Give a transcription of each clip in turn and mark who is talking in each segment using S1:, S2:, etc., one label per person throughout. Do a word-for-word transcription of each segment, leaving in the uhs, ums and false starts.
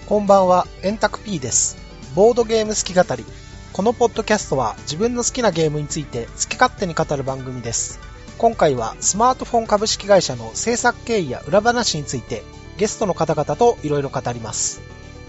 S1: こんばんは、円卓 P です。ボードゲーム好き語り。このポッドキャストは自分の好きなゲームについて好き勝手に語る番組です。今回はスマートフォン株式会社の制作経緯や裏話についてゲストの方々といろいろ語ります。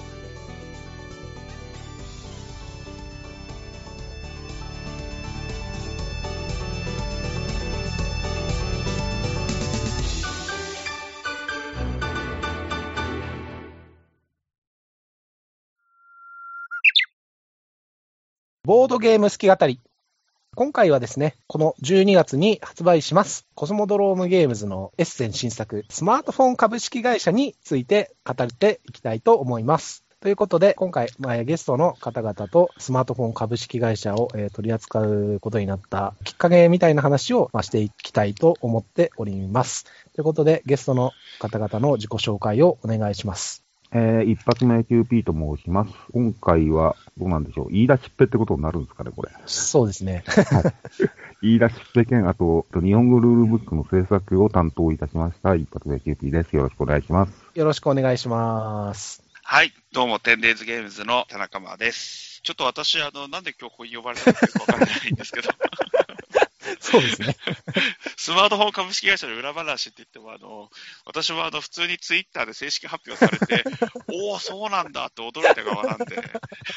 S1: ボードゲーム好き語り。今回はですね、このじゅうにがつに発売します、コスモドロームゲームズのエッセン新作、スマートフォン株式会社について語っていきたいと思います。ということで、今回、まあ、ゲストの方々とスマートフォン株式会社を、えー、取り扱うことになったきっかけみたいな話を、まあ、していきたいと思っております。ということで、ゲストの方々の自己紹介をお願いします。
S2: えー、一発目 キューピー と申します。今回はどうなんでしょう。言い出しっぺってことになるんですかね、これ。
S1: そうですね。
S2: 言い出しっぺ兼、あと、日本語ルールブックの制作を担当いたしました。一発目 キューピー です。よろしくお願いします。
S1: よろしくお願いします。
S3: はい、どうも、テンデイズゲームズの田中間です。ちょっと私、あの、なんで今日ここに呼ばれたのかよくわからないんですけど。
S1: そうですね。
S3: スマートフォン株式会社の裏話って言っても、あの、私はあの、普通にツイッターで正式発表されて、おー、そうなんだって驚いた側なんで。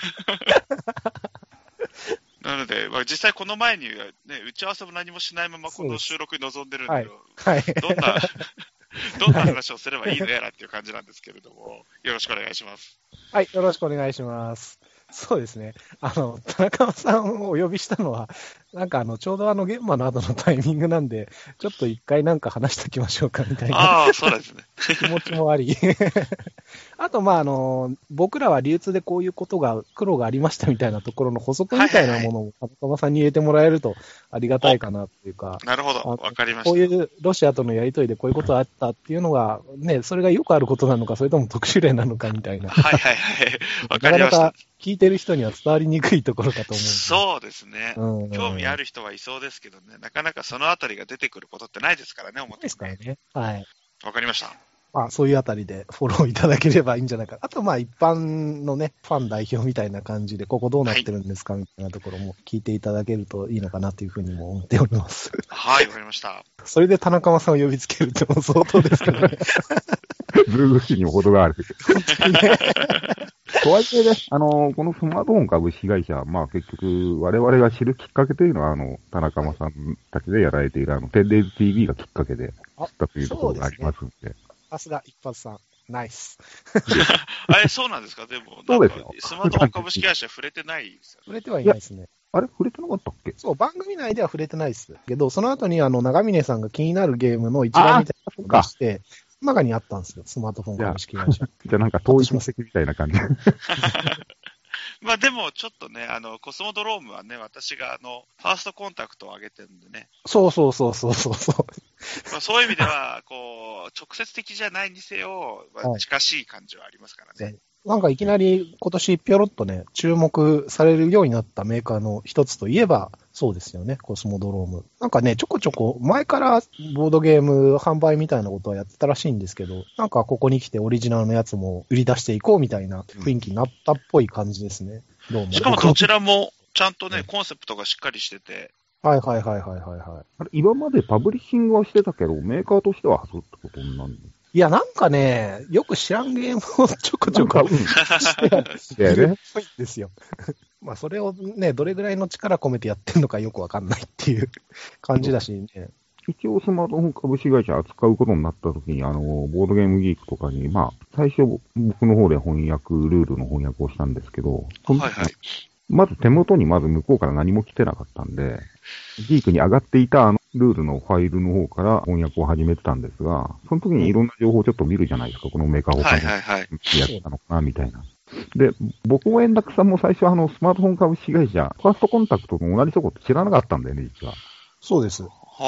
S3: なので、まあ、実際この前に、ね、打ち合わせも何もしないままこの収録に臨んでるんで、はいはい、どんな、どんな話をすればいいのやらっていう感じなんですけれども、よろしくお願いします。
S1: はい、よろしくお願いします。そうですね。あの、田中さんをお呼びしたのは、なんかあの、ちょうどあの、現場の後のタイミングなんで、ちょっと一回なんか話しておきましょうかみたいな。
S3: ああ、そうですね。
S1: 気持ちもあり。あと、まあ、あの、僕らは流通でこういうことが、苦労がありましたみたいなところの補足みたいなものを、田中さんに入れてもらえるとありがたいかなっていうか。
S3: なるほど。わかりました。
S1: こういうロシアとのやりとりでこういうことがあったっていうのが、ね、それがよくあることなのか、それとも特殊例なのかみたいな。
S3: はいはいはい。わかりました。
S1: なかなか聞いてる人には伝わりにくいところかと思う。
S3: そうですね、
S1: うんうん。
S3: 興味ある人はいそうですけどね、なかなかそのあたりが出てくることってないですからね、思って
S1: ですからね。はい。
S3: わかりました。
S1: まあ、そういうあたりでフォローいただければいいんじゃないか。あと、まあ、一般のね、ファン代表みたいな感じで、ここどうなってるんですかみたいなところも聞いていただけるといいのかなというふうにも思っております。
S3: はい、わかりました。
S1: それで田中さんを呼びつけるっても相当ですからね。
S2: ズーム誌にも程がある。本当にね。とはいえね、あの、このスマートフォン株式会社、まあ結局、我々が知るきっかけというのは、あの、田中間さんたちでやられている、あの、テンデイズ ティーブイ がきっかけで、知ったというところがありますんで。
S1: さすが一発さん。ナイス。
S3: あれ、そうなんですか？でも、
S2: そうですよ。
S3: スマートフォン株式会社触れてないですよね。
S1: 触れてはいないですね。
S2: あれ触れてなかったっけ？
S1: そう、番組内では触れてないですけど、その後にあの、長峰さんが気になるゲームの一覧みたいなのを出して、中にあったんですよ、スマートフォン株式会社。
S2: じゃあなんか統一の席みたいな感じ。
S3: まあでもちょっとね、あの、コスモドロームはね、私があの、ファーストコンタクトを上げてるんでね。
S1: そうそうそうそうそうそう。
S3: まあそういう意味では、こう、直接的じゃないにせよ、まあ、近しい感じはありますからね。はい、
S1: なんかいきなり今年ぴょろっとね、注目されるようになったメーカーの一つといえば、そうですよね、コスモドローム。なんかね、ちょこちょこ前からボードゲーム販売みたいなことはやってたらしいんですけど、なんかここに来てオリジナルのやつも売り出していこうみたいな雰囲気になったっぽい感じですね。どうも。
S3: しかもどちらもちゃんとね、コンセプトがしっかりしてて。
S1: はいはいはいはいはい、はい。
S2: あれ、今までパブリッシングはしてたけど、メーカーとしては初ってことになるの？
S1: いや、なんかね、よく知らんゲームをちょこちょこしてるっぽいんですよ。まあ、それをね、どれぐらいの力込めてやってるのかよくわかんないっていう感じだしね。
S2: 一応スマートフォン株式会社扱うことになった時に、あの、ボードゲームギークとかに、まあ、最初僕の方で翻訳、ルールの翻訳をしたんですけど、
S3: はいはい。
S2: まず手元にまず向こうから何も来てなかったんで、ギークに上がっていたあのルールのファイルの方から翻訳を始めてたんですが、その時にいろんな情報をちょっと見るじゃないですか、このメーカー他にやったのかな、みたいな。で、僕も円楽さんも最初はあの、スマートフォン株式会社、ファーストコンタクトと同じとこって知らなかったんだよね、実は。
S1: そうです。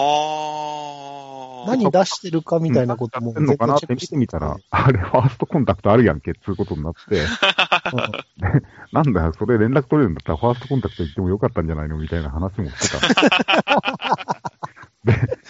S3: は
S1: 何出してるかみたいなことも
S2: 全然チェックして、うん、のかなって見てみたら、あれ、ファーストコンタクトあるやんけ、っていうことになって、うん、なんだよ、それ連絡取れるんだったらファーストコンタクト行ってもよかったんじゃないのみたいな話もしてた。で、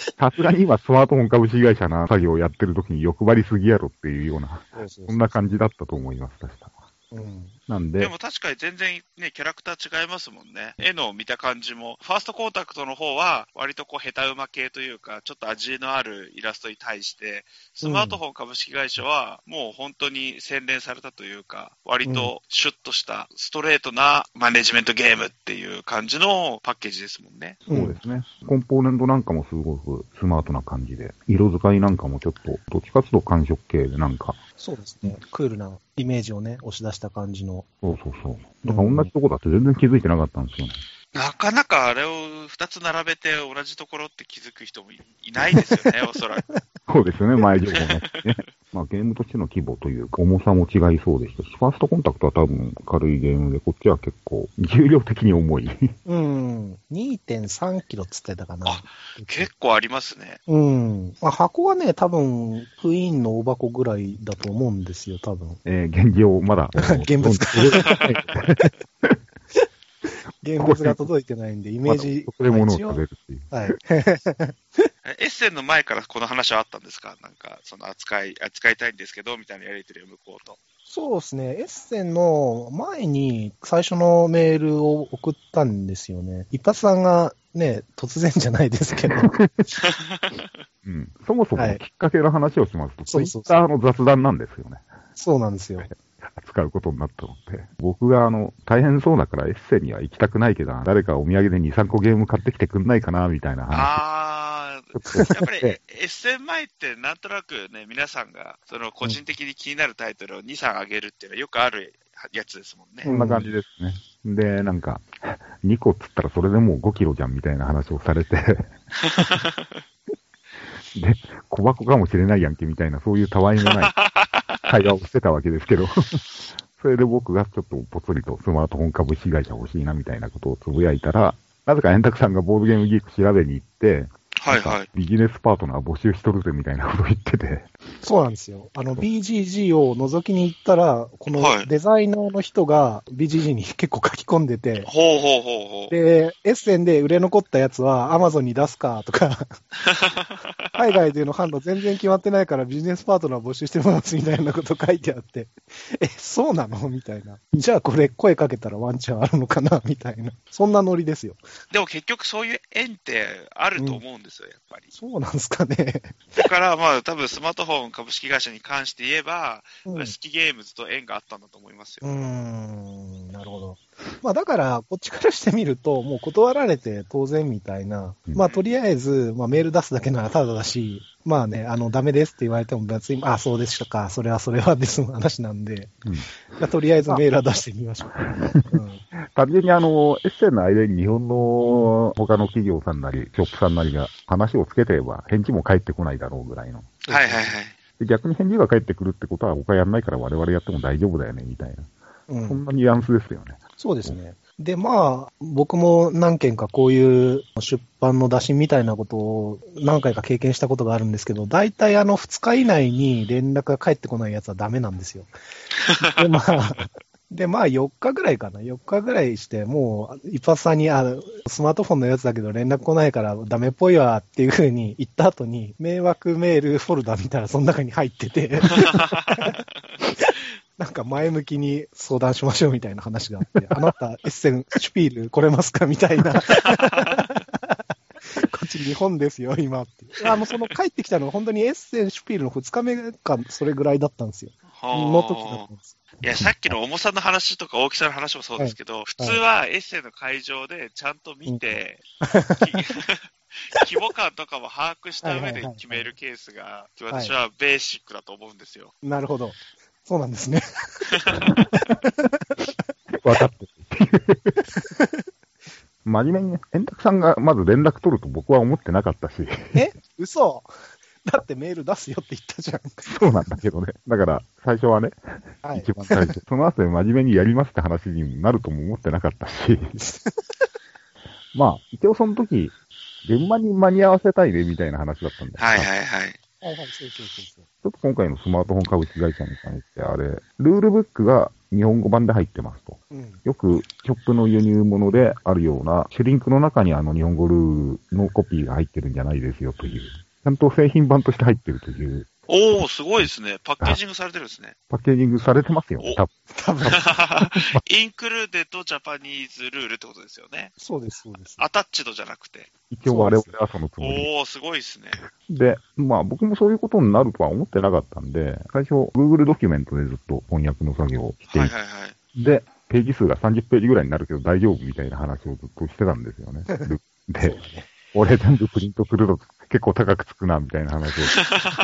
S2: さすがに今スマートフォン株式会社な作業をやってる時に欲張りすぎやろっていうような、そうそうそうそう、そんな感じだったと思います、確か。うん、なんで。
S3: でも確かに全然ね、キャラクター違いますもんね。絵の見た感じも、ファーストコンタクトの方は、割とこう、ヘタウマ系というか、ちょっと味のあるイラストに対して、スマートフォン株式会社は、もう本当に洗練されたというか、割とシュッとしたストレートなマネジメントゲームっていう感じのパッケージですもんね。
S2: そうですね。コンポーネントなんかもすごくスマートな感じで、色使いなんかもちょっと、どっちかというと寒色系でなんか。
S1: そうですね。クールなイメージをね、押し出した感じの。
S2: そうそうそう。だから同じとこだって全然気づいてなかったんですよね。
S3: なかなかあれを二つ並べて同じところって気づく人もいないですよね、おそらく。
S2: そうですよね、前情報ね。まあゲームとしての規模というか重さも違いそうでしたし、ファーストコンタクトは多分軽いゲームで、こっちは結構重量的に重い。
S1: うん。にてんさんキロっつってたかな。
S3: あ、結構ありますね。
S1: うん。まあ、箱はね、多分、クイーンの大箱ぐらいだと思うんですよ、多分。
S2: えー、現状まだ。
S1: 現物が。現物が届いてないんで、イメージ。
S2: それものを食べるっていう。
S1: はい。
S3: エッセンの前からこの話はあったんですか？なんか、その扱い、扱いたいんですけど、みたいなやりとりを向こうと。
S1: そうですね。エッセンの前に最初のメールを送ったんですよね。一発さんがね、突然じゃないですけど。
S2: うん、そもそもきっかけの話をしますと、ツイッターの雑談なんですよね。
S1: そうなんですよ。
S2: 使うことになったので。僕があの、大変そうだからエッセンには行きたくないけど、誰かお土産でに、さんこゲーム買ってきてくんないかな、みたいな話。あ
S3: あ、やっぱりエッセン前ってなんとなくね、皆さんが、その個人的に気になるタイトルをに、さんあげるっていうのはよくあるやつですもんね。
S2: そんな感じですね。で、なんか、にこっつったらそれでもうごキロじゃんみたいな話をされて。で、小箱かもしれないやんけみたいな、そういうたわいもない会話をしてたわけですけど。それで僕がちょっとぽつりとスマートフォン株式会社欲しいなみたいなことをつぶやいたら、なぜか円卓さんがボードゲームギーク調べに行って、
S3: はいはい。
S2: ビジネスパートナー募集しとるぜみたいなことを言ってて。
S1: そうなんですよ。あの ビージージー を覗きに行ったら、このデザイナーの人が ビージージー に結構書き込んでて、
S3: ほうほうほうほう。
S1: で、エッセンで売れ残ったやつは Amazon に出すかとか、海外での販路全然決まってないからビジネスパートナー募集してますみたいなこと書いてあって、え、そうなのみたいな。じゃあこれ声かけたらワンチャンあるのかなみたいな。そんなノリですよ。
S3: でも結局そういう縁ってあると思うんですよ、うん、やっぱり。
S1: そうなんですかね。
S3: だからまあ多分スマートフォン株式会社に関して言えば、うん、好きゲームズと縁があったんだと思いますよ。
S1: うーん、なるほど。まあだから、こっちからしてみると、もう断られて当然みたいな。うん、まあとりあえず、まあメール出すだけならただだし、まあね、あの、ダメですって言われても別に、あ、そうでしたか、それはそれはですの話なんで、うん、じゃとりあえずメールは出してみましょう。うん、
S2: 単純にあの、エッセンの間に日本の他の企業さんなり、ショップさんなりが話をつけてれば、返事も返ってこないだろうぐらいの。
S3: はいはいはい。
S2: 逆に返事が返ってくるってことは、他やんないから我々やっても大丈夫だよね、みたいな。うん、そんなニュアンスですよね。
S1: そうですね。で、まあ、僕も何件かこういう出版の打診みたいなことを何回か経験したことがあるんですけど、大体あのふつか以内に連絡が返ってこないやつはダメなんですよ。で、まあ、で、まあよっかぐらいかな。よっかぐらいして、もう一発さんに、あ、スマートフォンのやつだけど連絡来ないからダメっぽいわっていう風に言った後に、迷惑メールフォルダ見たらその中に入ってて、なんか前向きに相談しましょうみたいな話があって、あなたエッセンシュピール来れますかみたいな。こっち日本ですよ、今って。あの、その帰ってきたのは本当にエッセンシュピールのふつかめか、それぐらいだったんですよ。の時だったんです。
S3: いや、さっきの重さの話とか大きさの話もそうですけど、はい、普通はエッセンの会場でちゃんと見て、うん、規模感とかも把握した上で決めるケースが、私はベーシックだと思うんですよ。
S1: なるほど。そうなんですね。
S2: 分かってる。真面目にね、円卓さんがまず連絡取ると僕は思ってなかったし。
S1: え？嘘？だってメール出すよって言ったじゃん。
S2: そうなんだけどね。だから最初はね、はい、一番最初。その後で真面目にやりますって話になるとも思ってなかったし。まあ、一応その時、現場に間に合わせたいねみたいな話だったんだよ。
S3: はいはいはい。
S1: はいはい、そうそうそうそう。
S2: ちょっと今回のスマートフォン株式会社に関して、あれ、ルールブックが日本語版で入ってますと。
S1: うん、
S2: よくショップの輸入物であるような、シュリンクの中にあの日本語ルールのコピーが入ってるんじゃないですよという。ちゃんと製品版として入ってるという。
S3: おー、すごいですね。パッケージングされてるんですね。
S2: パッケージングされてますよね、多分。
S1: 多分
S3: インクルーデッドジャパニーズルールってことですよね。
S1: そうです、そうです。
S3: アタッチドじゃなくて。
S2: 一応我々はそのつもり。
S3: おー、すごいですね。
S2: で、まあ僕もそういうことになるとは思ってなかったんで、最初 Google ドキュメントでずっと翻訳の作業をしていて、
S3: はいはいはい。
S2: で、ページ数がさんじゅっページぐらいになるけど大丈夫みたいな話をずっとしてたんですよね。で、ね、俺全部プリントすると結構高くつくな、みたいな話を。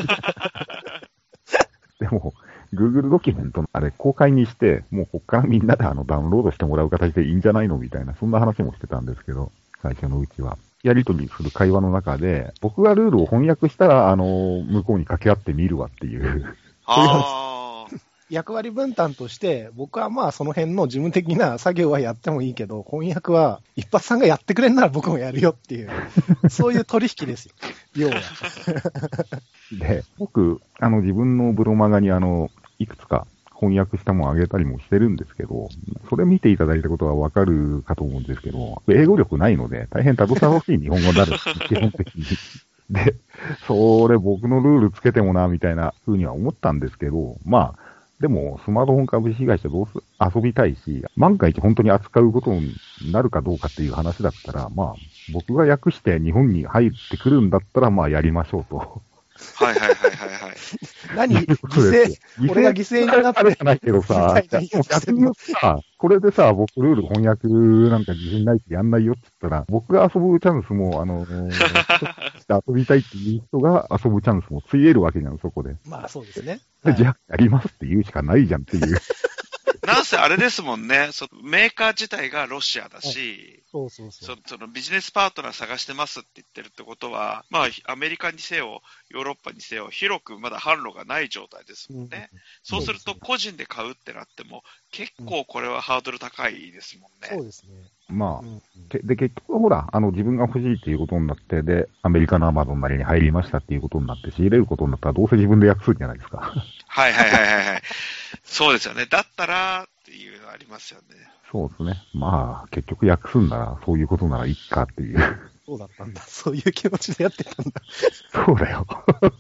S2: でも、Google ドキュメントのあれ公開にして、もうこっからみんなであのダウンロードしてもらう形でいいんじゃないのみたいな、そんな話もしてたんですけど、最初のうちは。やりとりする会話の中で、僕がルールを翻訳したら、あの、向こうに掛け合ってみるわっていう。
S3: ああ。
S1: 役割分担として、僕はまあその辺の事務的な作業はやってもいいけど、翻訳は一発さんがやってくれんなら僕もやるよっていう、そういう取引ですよ、要は。
S2: で、僕、あの自分のブロマガにあの、いくつか翻訳したものをあげたりもしてるんですけど、それ見ていただいたことはわかるかと思うんですけど、英語力ないので大変たどたどしい日本語になるんです、基本的に。で、それ僕のルールつけてもな、みたいな風には思ったんですけど、まあ、でも、スマートフォン株式会社どうす、遊びたいし、万が一本当に扱うことになるかどうかっていう話だったら、まあ、僕が訳して日本に入ってくるんだったら、まあ、やりましょうと。
S3: はいはいはいはいはい。
S1: 何犠牲、俺が犠牲になって
S2: あれじゃないけどさ、逆に言うとさ、これでさ、僕ルール翻訳なんか自信ないってやんないよって言ったら、僕が遊ぶチャンスも、あのー、遊びたいっていう人が遊ぶチャンスもついえるわけじゃん、そこで。
S1: まあそうですね。
S2: はい、じゃあ、やりますって言うしかないじゃんっていう。
S3: なんせあれですもんね、そメーカー自体がロシアだし、
S1: そうそうそう。
S3: そそのビジネスパートナー探してますって言ってるってことは、まあ、アメリカにせよ、ヨーロッパにせよ、広くまだ販路がない状態ですもんね。うん、そうすると、個人で買うってなっても、結構これはハードル高いですもんね。
S1: そうですね。
S2: まあ、うんうん、で、結局ほら、あの、自分が欲しいっていうことになって、で、アメリカのアマゾンなりに入りましたっていうことになって、仕入れることになったら、どうせ自分で訳すんじゃないですか。
S3: はいはいはいはいはい。そうですよね。だったら、っていうのありますよね。
S2: そうですね。まあ、結局訳すんなら、そういうことならいいかっていう。
S1: そうだったんだ。そういう気持ちでやってたんだ。
S2: そうだよ。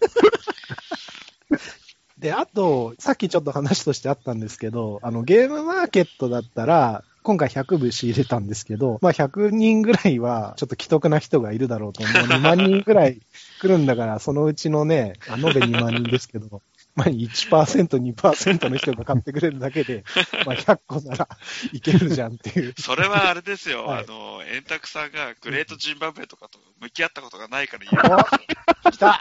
S1: で、あと、さっきちょっと話としてあったんですけど、あの、ゲームマーケットだったら、今回ひゃくぶ仕入れたんですけど、まあひゃくにんぐらいは、ちょっと既得な人がいるだろうと思う。にまんにんぐらい来るんだから、そのうちのね、延べにまんにんですけど、まあ いちパーセント、にパーセント の人が買ってくれるだけで、まあひゃっこならいけるじゃんっていう。
S3: それはあれですよ、はい、あの、円卓さんがグレートジンバブエとかと向き合ったことがないから言う。
S1: 来た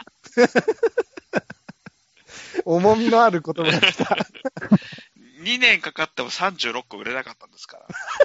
S1: 重みのある言葉が来た。
S3: にねんかかってもさんじゅうろっこ売れなかったんですから。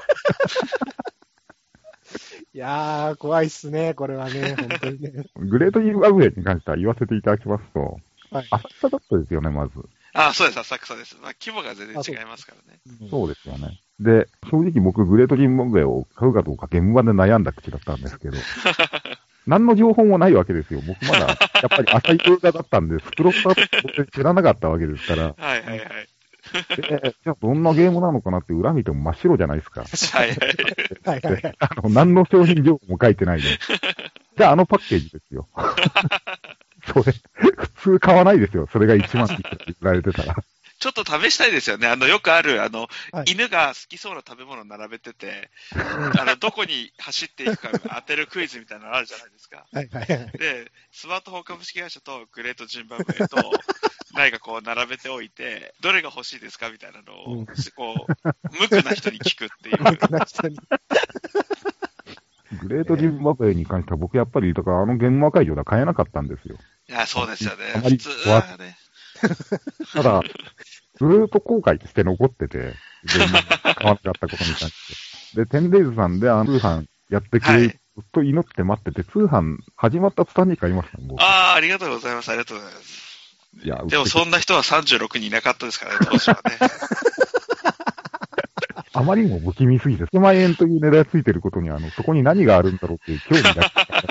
S1: いやー、怖いっすね、これはね、本当にね。
S2: グレートジンバブエに関しては言わせていただきますと、はい、浅草だったですよね、まず。
S3: ああ、そうです、浅草です。まあ、規模が全然違いますからね。
S2: そう、そうですよね。で、正直僕、グレートジンバブエを買うかどうか現場で悩んだ口だったんですけど、何の情報もないわけですよ。僕まだ、やっぱり浅い動画だったんで、スプロットって知らなかったわけですから。
S3: はいはいはい。
S2: で、じゃあどんなゲームなのかなって裏見ても真っ白じゃないですか。
S3: はいはい。
S2: で、あの、何の商品情報も書いてないで。じゃああのパッケージですよ。それ、普通買わないですよ。それがいちまんって言われてたら。
S3: ちょっと試したいですよね。あの、よくある、あの、
S1: はい、
S3: 犬が好きそうな食べ物を並べてて、あの、どこに走っていくか当てるクイズみたいなのあるじゃないですか。
S1: はいはいはい。
S3: で、スマートフォン株式会社とグレートジンバブエと、何かこう並べておいて、どれが欲しいですかみたいなのを、うん、こう、無垢な人に聞くっていう。無垢な人に。
S2: グレートジンバブエに関しては僕やっぱり、だからあの現場会場では買えなかったんですよ。
S3: いや、そうですよね。普通はね。
S2: ただ、ずーっと後悔して残ってて、全然買わなかったことに関して。で、テンデイズさんであの通販やってくれる、はい、ずっと祈って待ってて、通販始まった途端に買いましたね、僕。
S3: ああ、ありがとうございます。ありがとうございます。いや、でもそんな人はさんじゅうろくにんいなかったですからね、当時はね。
S2: あ、 あまりにも不気味すぎて、いちまん円という値段ついてることに、あの、そこに何があるんだろうっていう興味が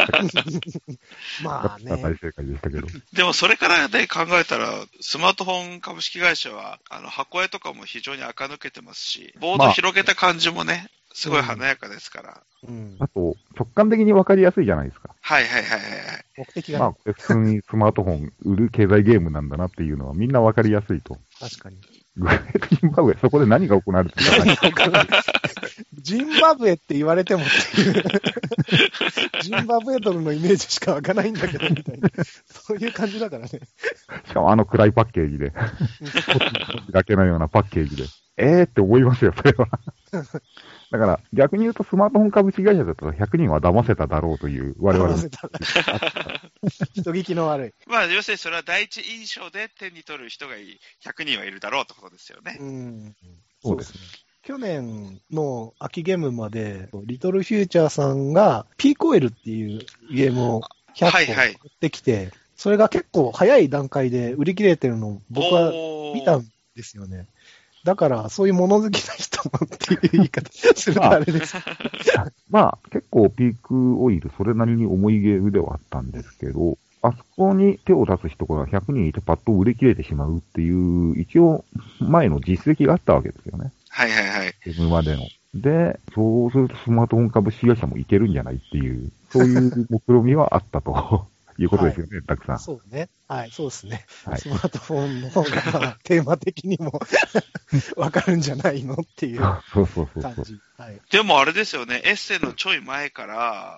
S1: まあね。
S2: 大正解でしたけど。
S3: でもそれからね、考えたら、スマートフォン株式会社は、あの、箱絵とかも非常に垢抜けてますし、ボード広げた感じもね、すごい華やかですから。
S2: うん、あと、直感的に分かりやすいじゃないですか。
S3: はいはいはいはい。
S1: 目的がね。
S2: まあ、普通にスマートフォン売る経済ゲームなんだなっていうのはみんな分かりやすいと。
S1: 確かに。
S2: グレートジンバブエ、そこで何が行われてるか。
S1: ジンバブエって言われてもっていう。ジンバブエドルのイメージしか湧かないんだけど、みたいな。そういう感じだからね。
S2: しかもあの暗いパッケージで。だけのようなパッケージで。えーって思いますよ、それは。だから、逆に言うとスマートフォン株式会社だったらひゃくにんは騙せただろうという、我々の。
S1: 騙せた。人聞きの悪い。
S3: まあ、要するにそれは第一印象で手に取る人がひゃくにんはいるだろうってことですよね。
S1: うん。そうですね。去年の秋ゲームまで、リトルフューチャーさんが P コエルっていうゲームをひゃっこ持ってきて、はいはい、それが結構早い段階で売り切れてるのを僕は見たんですよね。だから、そういう物好きな人もっていう言い方するとあれです。
S2: まあ、結構ピークオイル、それなりに重いゲームではあったんですけど、あそこに手を出す人がひゃくにんいてパッと売り切れてしまうっていう、一応、前の実績があったわけですよね。
S3: はいはいはい。
S2: ゲームまでの。で、そうするとスマートフォン株式会社もいけるんじゃないっていう、そういう目論見はあったと。いうことですよね、はい、たくさん。
S1: そうね。はい、そうですね。はい、スマートフォンの方が、まあ、テーマ的にもわかるんじゃないのっていう感じ。
S2: そうそうそうそう。
S3: はい、でもあれですよね、エッセンのちょい前から、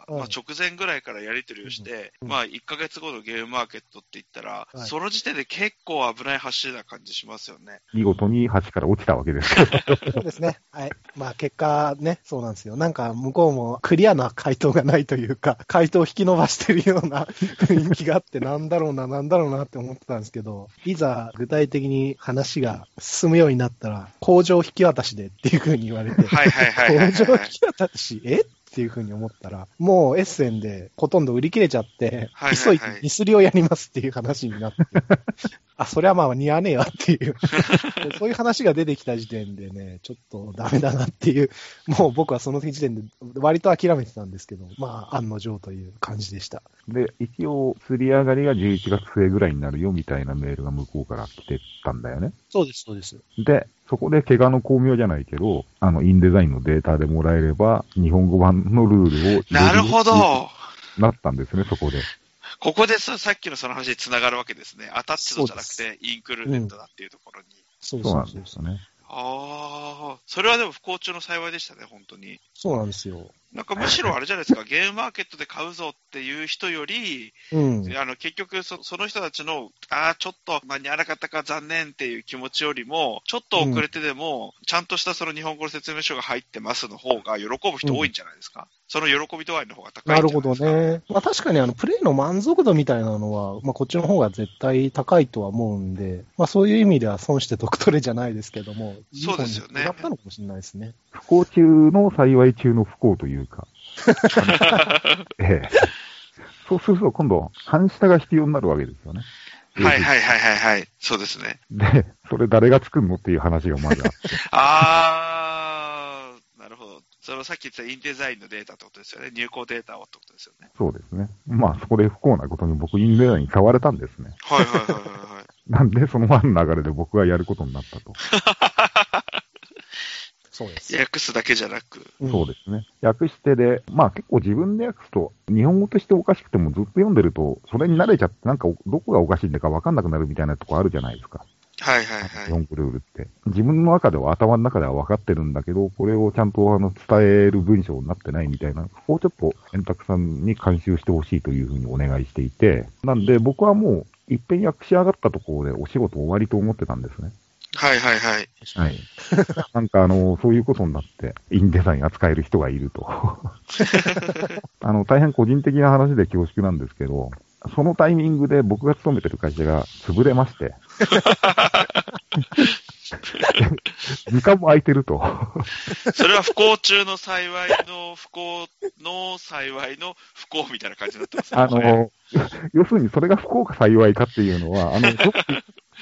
S3: うん、まあ、直前ぐらいからやり取りをして、うん、まあいっかげつごのゲームマーケットって言ったら、はい、その時点で結構危ない橋な感じしますよね。
S2: 見事に橋から落ちたわけですけど。
S1: そうですね。はい。まあ結果ね、そうなんですよ。なんか向こうもクリアな回答がないというか、回答を引き伸ばしてるような雰囲気があって、なんだろうな、なんだろうなって思ってたんですけど、いざ具体的に話が進むようになったら、工場引き渡しでっていう風に言われて、
S3: はいはいはいはい、はい。
S1: 工場引き渡し、えっていう風に思ったら、もうエッセンでほとんど売り切れちゃって、はいはいはい、急いでミスりをやりますっていう話になって、あ、そりゃまあ似合わねえわっていう、そういう話が出てきた時点でね、ちょっとダメだなっていう、もう僕はその時点で割と諦めてたんですけど、まあ案の定という感じでした。
S2: で、一応、釣り上がりがじゅういちがつ末ぐらいになるよみたいなメールが向こうから来てたんだよね。
S1: そうです、そうです。
S2: で、そこで怪我の巧妙じゃないけど、あの、インデザインのデータでもらえれば、日本語版のルールを。
S3: なるほど。
S2: なったんですね、そこで。
S3: ここでさっきのその話に繋がるわけですね。アタッチドじゃなくて、インクルーデットだっていうところに。
S2: そうなんですよね。
S3: ああ、それはでも不幸中の幸いでしたね、本当に。
S1: そうなんですよ。
S3: なんかむしろあれじゃないですか、ゲームマーケットで買うぞっていう人より、うん、あの結局そ、その人たちの、ああ、ちょっと間に合わなかったか残念っていう気持ちよりも、ちょっと遅れてでも、うん、ちゃんとしたその日本語の説明書が入ってますの方が喜ぶ人多いんじゃないですか。うん、その喜び度合いの方が高いんじゃないですか。
S1: なるほどね。まあ確かにあのプレイの満足度みたいなのは、まあこっちの方が絶対高いとは思うんで、まあそういう意味では損して得取れじゃないですけども、
S3: そうですよね。
S1: だったのかもしれないですね。
S2: 不幸中の幸い中の不幸というか。ええ、そうすると今度、半下が必要になるわけですよね。
S3: はいはいはいはいはい。そうですね。
S2: で、それ誰が作るのっていう話がまずあって。
S3: あー、なるほど。そのさっき言ったインデザインのデータってことですよね。入稿データをってことですよね。
S2: そうですね。まあそこで不幸なことに僕インデザイン買われたんですね。
S3: はいはいはいはい、はい。
S2: なんでそのままの流れで僕がやることになったと。
S1: そうです。
S3: 訳すだけじゃなく。
S2: そうですね。訳してで、まあ結構自分で訳すと、日本語としておかしくてもずっと読んでると、それに慣れちゃって、なんかどこがおかしいんだか分かんなくなるみたいなとこあるじゃないですか。
S3: はいはいはい。
S2: 日本語ルールって。自分の中では、頭の中では分かってるんだけど、これをちゃんとあの伝える文章になってないみたいな、そこをちょっと円卓さんに監修してほしいというふうにお願いしていて、なんで僕はもう、いっぺん訳し上がったところでお仕事終わりと思ってたんですね。
S3: はいはいはい。
S2: はい。なんかあの、そういうことになって、インデザイン扱える人がいると。あの、大変個人的な話で恐縮なんですけど、そのタイミングで僕が勤めてる会社が潰れまして。時間も空いてると。
S3: それは不幸中の幸いの不幸の幸いの不幸みたいな感じになってますね。
S2: あの、要するにそれが不幸か幸いかっていうのは、あの、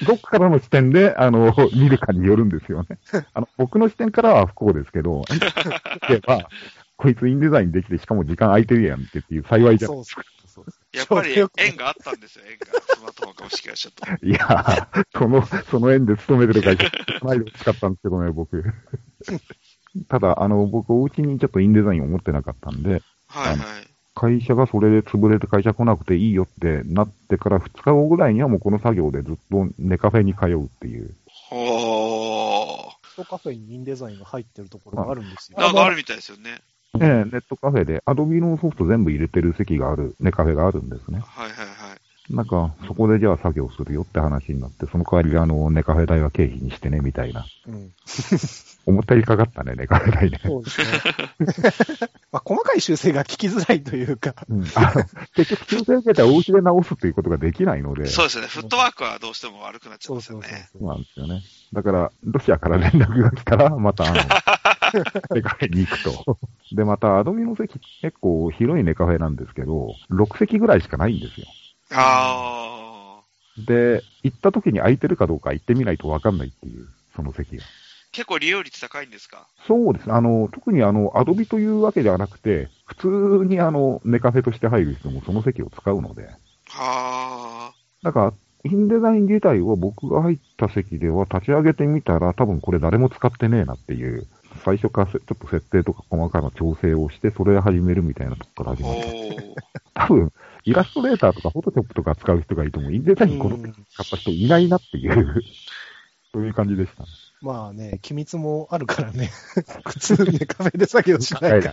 S2: どっからの視点で、あの、見るかによるんですよね。あの、僕の視点からは不幸ですけど、例えば、こいつインデザインできて、しかも時間空いてるやんってっていう幸いじゃないですか。
S3: そうそうそうやっぱり縁があったんですよ、縁が。スマートフォン株式会社と。
S2: いやー、その、その縁で勤めてる会社、ないで欲しかったんですけどね、僕。ただ、あの、僕、お家にちょっとインデザインを持ってなかったんで、
S3: はいはい。
S2: 会社がそれで潰れて会社来なくていいよってなってからふつかごぐらいにはもうこの作業でずっとネカフェに通うっていう。
S3: ほー。
S1: ネットカフェにインデザインが入ってるところがあるんですよ。
S3: なんかあるみたいですよね。
S2: ええ、ネットカフェで、アドビのソフト全部入れてる席がある、ネカフェがあるんですね。
S3: はいはいはい。
S2: なんか、そこでじゃあ作業するよって話になって、その代わりあの、ネカフェ代は経費にしてね、みたいな。うん。思ったよりかかったね、ネカフェ代ね。そうですね。
S1: まあ、細かい修正が聞きづらいというか。
S2: うん。あの、結局修正受けたらお家で直すっていうことができないので。
S3: そうですね。フットワークはどうしても悪くなっちゃうんですよね。
S2: そうそうそうそうなんですよね。だから、ロシアから連絡が来たら、またあの、ネカフェに行くと。で、また、アドミの席結構広いネカフェなんですけど、ろく席ぐらいしかないんですよ。
S3: あ
S2: あ。で、行った時に空いてるかどうか行ってみないとわかんないっていう、その席が。
S3: 結構利用率高いんですか？
S2: そうですね。あの、特にあの、アドビというわけではなくて、普通にあの、ネカフェとして入る人もその席を使うので。
S3: はあ。
S2: だから、インデザイン自体は僕が入った席では立ち上げてみたら多分これ誰も使ってねえなっていう、最初からちょっと設定とか細かな調整をして、それを始めるみたいなとこから始まった。多分、イラストレーターとかフォトショップとか使う人がいても、インデザインこの時使った人いないなっていう、そういう感じでした。
S1: まあね、機密もあるからね。普通にカフェで作業しないから。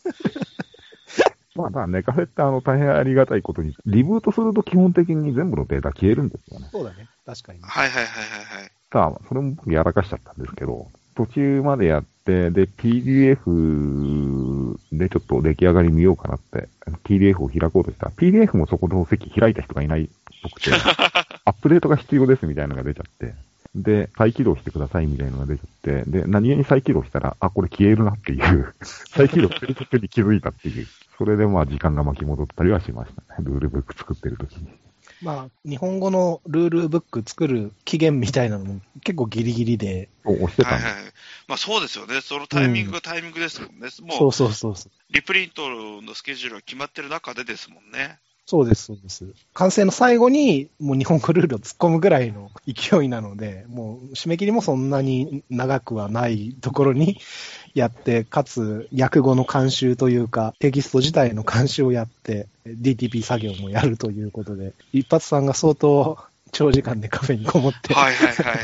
S2: まあ、まあ、ネカフェってあの大変ありがたいことに、リブートすると基本的に全部のデータ消えるんですよね。
S1: そうだね。確かに。
S3: はいはいはいはいはい。
S2: ただ、それも僕やらかしちゃったんですけど、途中までやって、で、ピーディーエフ でちょっと出来上がり見ようかなって、ピーディーエフ を開こうとしたら、ピーディーエフ もそこの席開いた人がいないっぽくて、アップデートが必要ですみたいなのが出ちゃって、で、再起動してくださいみたいなのが出ちゃって、で、何気に再起動したら、あ、これ消えるなっていう、再起動してる途中に気づいたっていう、それでまあ時間が巻き戻ったりはしましたね、ルールブック作ってる時に。
S1: まあ、日本語のルールブック作る期限みたいなのも結構ギリギリで。
S2: 押してたんです。
S3: はいはい。まあそうですよね。そのタイミングがタイミングですもんね。うん、もう、
S1: そうそうそうそう。
S3: リプリントのスケジュールが決まってる中でですもんね。
S1: そうです、そうです。完成の最後に、もう日本語ルールを突っ込むぐらいの勢いなので、もう締め切りもそんなに長くはないところにやって、かつ、訳語の監修というか、テキスト自体の監修をやって、ディーティーピー 作業もやるということで、一発さんが相当長時間でカフェにこもって。
S3: はいはいはい。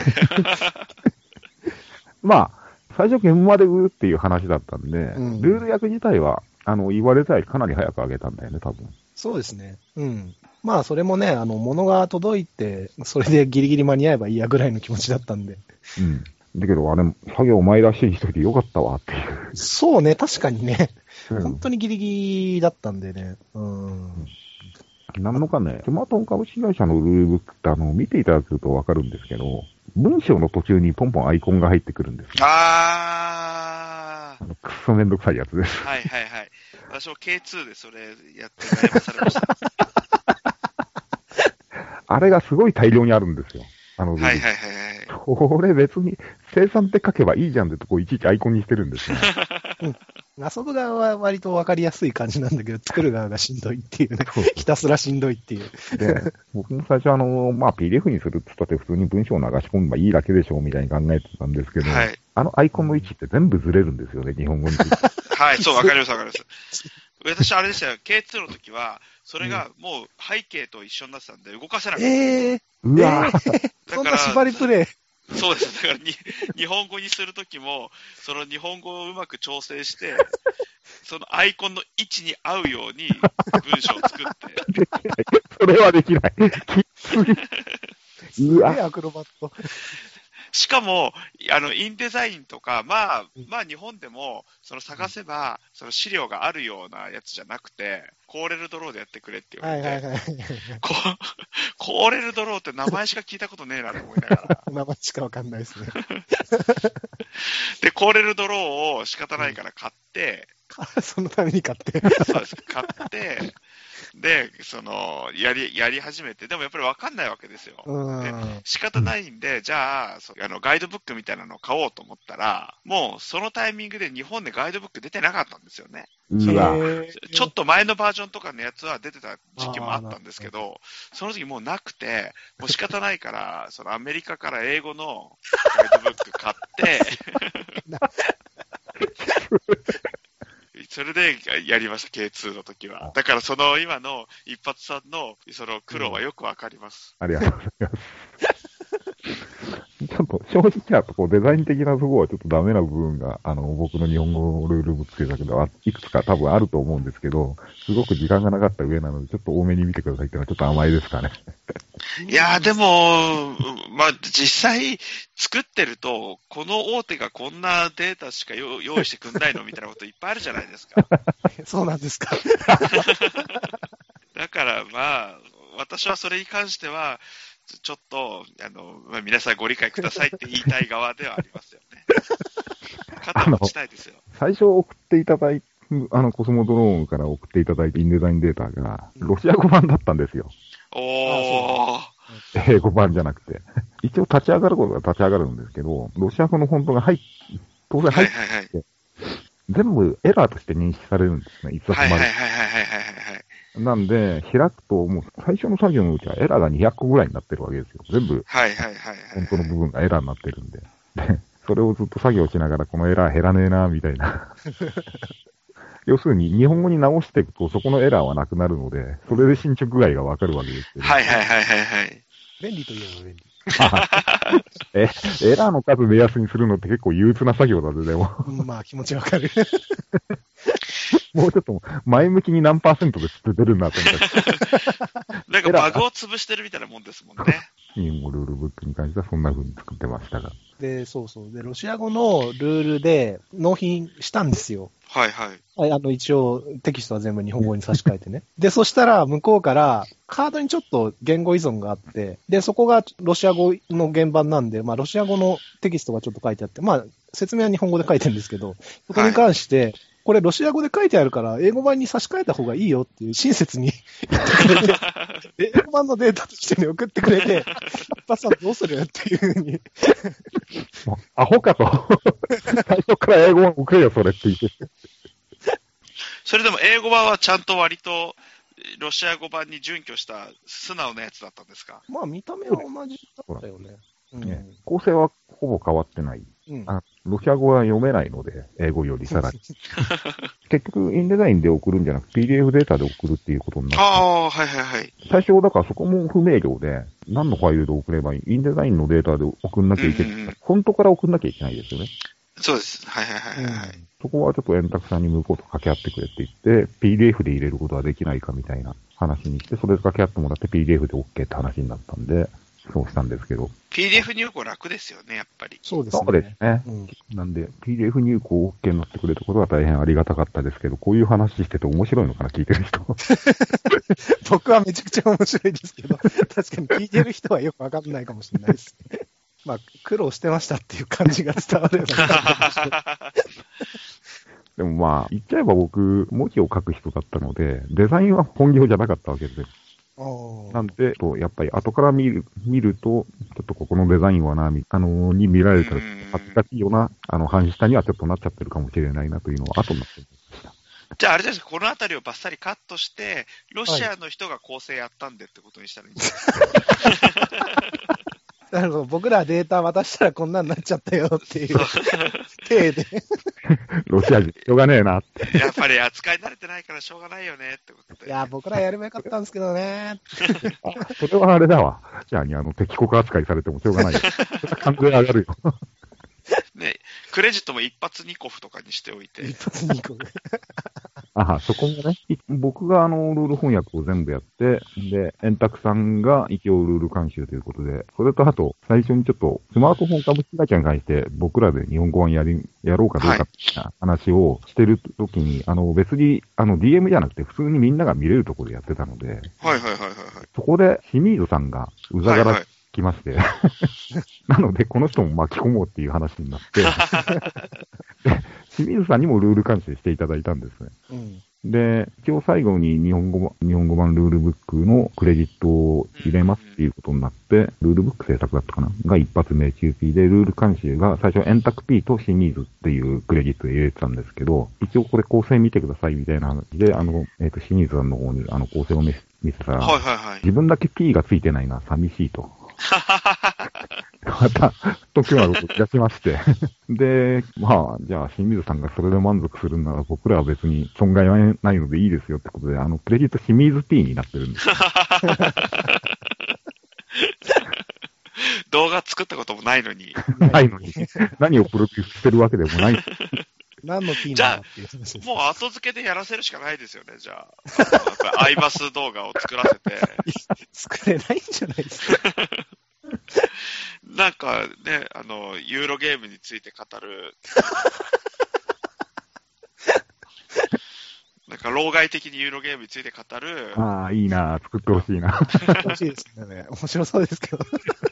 S2: まあ、最初現場で売るっていう話だったんで、うん、ルール訳自体は、あの、言われたいかなり早く上げたんだよね、多分。
S1: そうですね。うん。まあ、それもね、あの、物が届いて、それでギリギリ間に合えばいいやぐらいの気持ちだったんで。
S2: うん。だけど、あれ、作業前らしい人いてよかったわっていう。
S1: そうね、確かにね。うん、本当にギリギリだったんでね。うん。
S2: なんのかね、スマートフォン株式会社のルールブックって、あの、見ていただくとわかるんですけど、文章の途中にポンポンアイコンが入ってくるんですよ。
S3: あー。
S2: あのくっそめんどくさいやつです。
S3: はいはいはい。私も ケーツー でそれやって悩まされました。
S2: あれがすごい大量にあるんですよ。あの、
S3: はいはいはいはい。
S2: これ別に生産って書けばいいじゃんってとこいちいちアイコンにしてるんですね。
S1: うん。遊ぶ側は割と分かりやすい感じなんだけど、作る側がしんどいっていうね。そうそうひたすらしんどいっていう。
S2: で、僕も最初あの、まあ、ピーディーエフ にするって言ったって普通に文章を流し込めばいいだけでしょうみたいに考えてたんですけど、はい、あのアイコンの位置って全部ずれるんですよね、日本語に。
S3: はい、そう、わかりますわかります。私、あれでしたよ、ケーツー の時は、それがもう背景と一緒になってたんで、動かせなかった。
S1: えー、
S2: うわ
S1: ー、だからそんな縛りプレイ。
S3: そうです。だからに、日本語にするときも、その日本語をうまく調整して、そのアイコンの位置に合うように文章を作って。
S2: それはできない。きつい。
S1: うわ。アクロバット。
S3: しかも、あの、インデザインとか、まあ、まあ日本でも、その探せば、その資料があるようなやつじゃなくて、コーレルドローでやってくれって言われて、はいはいはい、コ, コーレルドローって名前しか聞いたことねえなと思いながら。
S1: 名前しかわかんないですね。
S3: で、コーレルドローを仕方ないから買って、
S1: うん、そのために買って。
S3: そうです。買って、 で、その、やり、やり始めて、でもやっぱりわかんないわけですよ。で、仕方ないんで、じゃあ、あの、ガイドブックみたいなのを買おうと思ったら、もうそのタイミングで日本でガイドブック出てなかったんですよね。
S2: うわ
S3: ちょっと前のバージョンとかのやつは出てた時期もあったんですけど、その時もうなくて、もう仕方ないから、そのアメリカから英語のガイドブック買って、それでやりました、ケーツー の時は。だからその今の一発さんのその苦労はよくわかります。
S2: ありがとうございます。ちょっと正直なとこデザイン的なところはちょっとダメな部分が、あの、僕の日本語ルールブック制作ではいくつか多分あると思うんですけど、すごく時間がなかった上なので、ちょっと多めに見てくださいっていうのはちょっと甘いですかね。
S3: いやーでも、まあ、実際作ってると、この大手がこんなデータしか用意してくんないのみたいなこといっぱいあるじゃないですか。
S1: そうなんですか。
S3: だからまあ、私はそれに関しては、ちょっと、あの、まあ、皆さんご理解くださいって言いたい側ではありますよね。肩持ちたいですよ。
S2: 最初送っていただいて、あの、コスモドローンから送っていただいたインデザインデータが、ロシア語版だったんですよ。
S3: おー。
S2: 英語版じゃなくて。一応立ち上がることが立ち上がるんですけど、ロシア語のフォントが入っ、当然入って、はいはいはい、全部エラーとして認識されるんですね、一冊まで。
S3: はいはいはいはいはいはい。
S2: なんで、開くと、もう最初の作業のうちはエラーがにひゃっこぐらいになってるわけですよ。全部、
S3: はいはいはいはい。
S2: 本当の部分がエラーになってるんで。で、それをずっと作業しながら、このエラー減らねえな、みたいな。要するに、日本語に直していくと、そこのエラーはなくなるので、それで進捗具合がわかるわけですけど。
S3: はいはいはいはいはい。
S1: 便利といえば便利。
S2: え、エラーの数目安にするのって結構憂鬱な作業だぜ、でも。
S1: まあ、気持ちわかる。
S2: もうちょっと前向きに何パーセントで捨ててるなと思って。
S3: なんかバグを潰してるみたいなもんですもんね。
S2: 日本語ルールブックに関してはそんな風に作ってましたが。
S1: で、そうそう。で、ロシア語のルールで納品したんですよ。
S3: はいはい。
S1: あの、一応、テキストは全部日本語に差し替えてね。で、そしたら、向こうから、カードにちょっと言語依存があって、で、そこがロシア語の原版なんで、まあ、ロシア語のテキストがちょっと書いてあって、まあ、説明は日本語で書いてるんですけど、そこに関して、はい、これロシア語で書いてあるから、英語版に差し替えた方がいいよっていう親切に言ってくれて、英語版のデータとして、ね、送ってくれて、パさんどうするっていうふうに。
S2: もうアホかと。最初から英語版送れよ、それって言って。
S3: それでも英語版はちゃんと割とロシア語版に準拠した素直なやつだったんですか？
S1: まあ見た目は同じだったよね。
S2: うん、ね構成はほぼ変わってない、うん、あ。ロシア語は読めないので、英語よりさらに。結局、インデザインで送るんじゃなくて ピーディーエフ データで送るっていうことになって。
S3: ああ、はいはいはい。
S2: 最初、だからそこも不明瞭で、何のファイルで送ればいい？インデザインのデータで送んなきゃいけない。うんうんうん、フォントから送んなきゃいけないですよね。
S3: そうです。はいはいはいはい。うん、
S2: そこはちょっと円卓さんに向こうと掛け合ってくれって言って、ピーディーエフ で入れることはできないかみたいな話にして、それで掛け合ってもらって ピーディーエフ で OK って話になったんで、そうしたんですけど。
S3: ピーディーエフ 入稿楽ですよね、やっぱり。
S1: そうですね。
S2: そうですね。うん、なんで、ピーディーエフ 入稿 OK になってくれたことは大変ありがたかったですけど、こういう話してて面白いのかな、聞いてる人。
S1: 僕はめちゃくちゃ面白いですけど、確かに聞いてる人はよくわかんないかもしれないですね。まあ、苦労してましたっていう感じが伝わるような。
S2: でもまあ、言っちゃえば僕、文字を書く人だったので、デザインは本業じゃなかったわけですよ。なんで、やっぱり後から見る、見ると、ちょっとここのデザインはな、あのー、に見られたら、恥ずかしいような、あの、半下にはちょっとなっちゃってるかもしれないなというのは後になってました。
S3: じゃああれですか、このあたりをバッサリカットして、ロシアの人が構成やったんでってことにしたらいいんですか？
S1: なるほど。僕らデータ渡したらこんなになっちゃったよっていう体で。
S2: ロシア人、しょうがねえなって。
S3: やっぱり扱い慣れてないからしょうがないよねってことで。
S1: いや、僕らやればよかったんですけどね。
S2: あ、それはあれだわ。じゃあにあの敵国扱いされてもしょうがないよ。完全に上がるよ。
S3: ね、クレジットも一発二コフとかにしておいて。
S1: 一発二コフ。
S2: ああ、そこもね、僕があの、ルール翻訳を全部やって、で、円卓さんが一応ルール監修ということで、それとあと、最初にちょっと、スマートフォン株式会社に関して、僕らで日本語版やり、やろうかどうかっていう話をしてるときに、はい、あの、別に、あの、ディーエム じゃなくて、普通にみんなが見れるところでやってたので、はい
S3: はいはいはい。
S2: そこで、清水さんが、うざがら来まして、はいはい、なので、この人も巻き込もうっていう話になって、清水さんにもルール監修していただいたんですね。うん、 で、一応最後に日本語、日本語版ルールブックのクレジットを入れますっていうことになって、ルールブック制作だったかなが一発目 キューピー で、ルール監修が最初円卓 P と清水っていうクレジットで入れてたんですけど、一応これ構成見てくださいみたいな話で、あの、えっ、ー、と、清水さんの方にあの構成を見せ見せたら、
S3: はいはいはい、
S2: 自分だけ P がついてないのは寂しいと。また、時は動き出しまして。で、まあ、じゃあ、清水さんがそれで満足するなら、僕らは別に損害はないのでいいですよってことで、あの、クレジット清水 P になってるんですよ。
S3: 動画作ったこともないのに。
S2: ないのに。何をプロデュースしてるわけでもない。
S1: 何の P なんだっていう話です。
S3: もう後付けでやらせるしかないですよね、じゃあ。アイマス動画を作らせて。
S1: 作れないんじゃないですか。
S3: なんかね、あの、ユーロゲームについて語る。なんか、老害的にユーロゲームについて語る。
S2: ああ、いいな、作ってほしいな。
S1: 欲しいですね。面白そうですけど。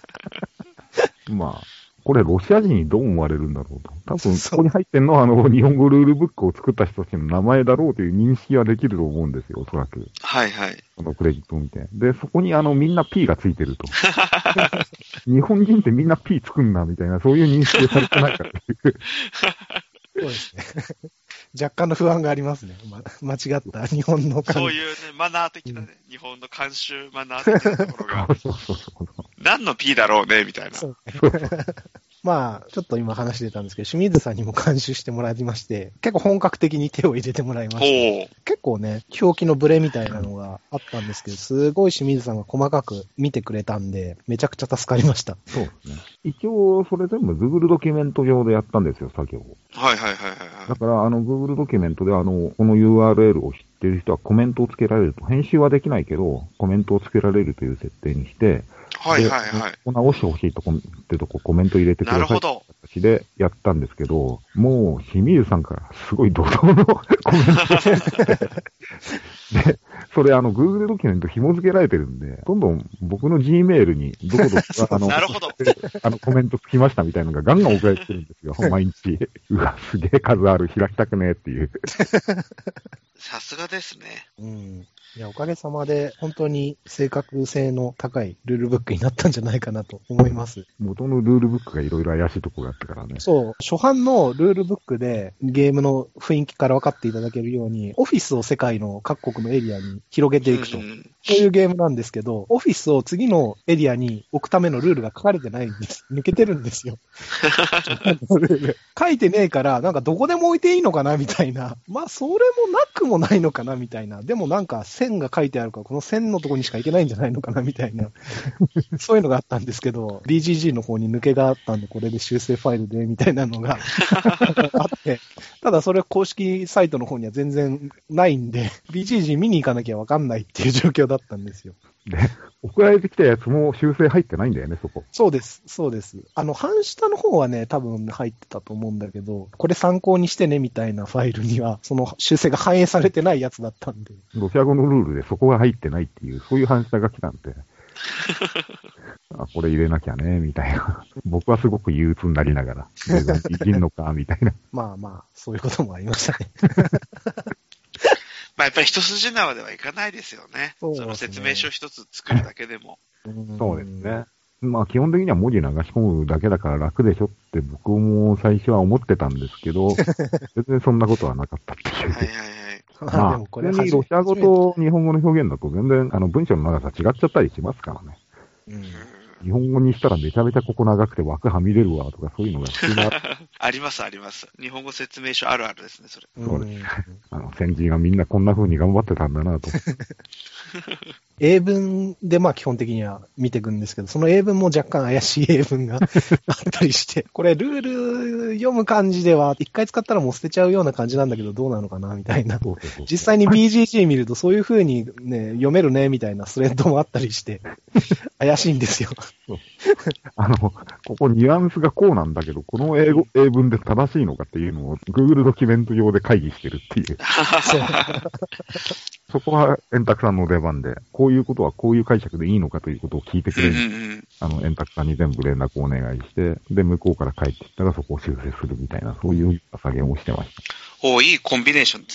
S2: まあ。これ、ロシア人にどう思われるんだろうと。多分、ここに入ってんのは、あの、日本語ルールブックを作った人たちの名前だろうという認識はできると思うんですよ、おそらく。
S3: はいはい。
S2: このクレジットを見て。で、そこに、あの、みんな P がついてると。日本人ってみんな P つくんだ、みたいな、そういう認識をされてないからっていう。
S1: そうですね。若干の不安がありますね。ま、間違った日本の。
S3: そういうね、マナー的なね、うん、日本の慣習マナー的なところが。そうそうそうそう。何の P だろうね、みたいな。そう
S1: まあ、ちょっと今話出たんですけど、清水さんにも監修してもらいまして、結構本格的に手を入れてもらいまして、結構ね、表記のブレみたいなのがあったんですけど、すごい清水さんが細かく見てくれたんで、めちゃくちゃ助かりました。
S2: そうですね。一応、それ全部 Google ドキュメント上でやったんですよ、作業を。
S3: はいはいはいはい。
S2: だから、あの、Google ドキュメントで、あの、この ユーアールエル を知っている人はコメントをつけられると。編集はできないけど、コメントをつけられるという設定にして、
S3: はいはいはい。
S2: ここ直してほしいとこってとこコメント入れてください。なるほど。形でやったんですけど、もう清水さんからすごい怒涛のコメントで、それあの Google ドキュメント紐付けられてるんで、どんどん僕の Gmail にどこどこあの、
S3: なるほど。
S2: あのコメントつきましたみたいなのがガンガン送られてくるんですよ、毎日。うわ、すげえ数ある、開きたくねえっていう。
S3: さすがですね。
S1: うん。いや、おかげさまで、本当に正確性の高いルールブックになったんじゃないかなと思います。
S2: 元のルールブックがいろいろ怪しいところがあったからね。
S1: そう。初版のルールブックでゲームの雰囲気から分かっていただけるように、オフィスを世界の各国のエリアに広げていくと。うん、そういうゲームなんですけど、オフィスを次のエリアに置くためのルールが書かれてないんです。抜けてるんですよ。書いてねえから、なんかどこでも置いていいのかなみたいな。まあ、それもなくもないのかなみたいな。でもなんか線が書いてあるから、この線のところにしか行けないんじゃないのかなみたいな。そういうのがあったんですけど、ビージージー の方に抜けがあったんで、これで修正ファイルで、みたいなのがあって、ただそれ公式サイトの方には全然ないんで、ビージージー 見に行かなきゃわかんないっていう状況だったんですよ。
S2: で、送られてきたやつも修正入ってないんだよね、そこ。
S1: そうです、そうです。あの、半下の方はね、多分入ってたと思うんだけど、これ参考にしてね、みたいなファイルには、その修正が反映されてないやつだったんで。
S2: ロシア語のルールでそこが入ってないっていう、そういう半下が来たんで。あ、これ入れなきゃね、みたいな。僕はすごく憂鬱になりながら、いけんのか、みたいな。
S1: まあまあ、そういうこともありましたね。
S3: まあやっぱり一筋縄ではいかないですよね。そうですね。その説明書一つ作るだけでも。
S2: そうですね。まあ基本的には文字流し込むだけだから楽でしょって僕も最初は思ってたんですけど、全然そんなことはなかったっていう。はいはいはい。まあ、普通にロシア語と日本語の表現だと全然あの文章の長さ違っちゃったりしますからね。うん、日本語にしたらめちゃめちゃここ長くて枠はみ出るわとかそういうのが普通な
S3: ありますあります。日本語説明書あるあるですね、それ。
S2: そうです。あの、先人はみんなこんな風に頑張ってたんだなと。
S1: 英文でまあ基本的には見ていくんですけど、その英文も若干怪しい英文があったりして、これルール読む感じでは一回使ったらもう捨てちゃうような感じなんだけどどうなのかなみたいな。実際に ビージージー 見るとそういう風にね、読めるねみたいなスレッドもあったりして、怪しいんですよ。
S2: あの、ここニュアンスがこうなんだけど、この英語、英文で正しいのかっていうのを Google ドキュメント上で会議してるっていう。そうそこは円卓さんの出番で、こういうことはこういう解釈でいいのかということを聞いてくれる。うんうん、あの、円卓さんに全部連絡をお願いして、で、向こうから帰ってきたらそこを修正するみたいな、そういう作業をしてました。
S3: おー、いいコンビネーションですね。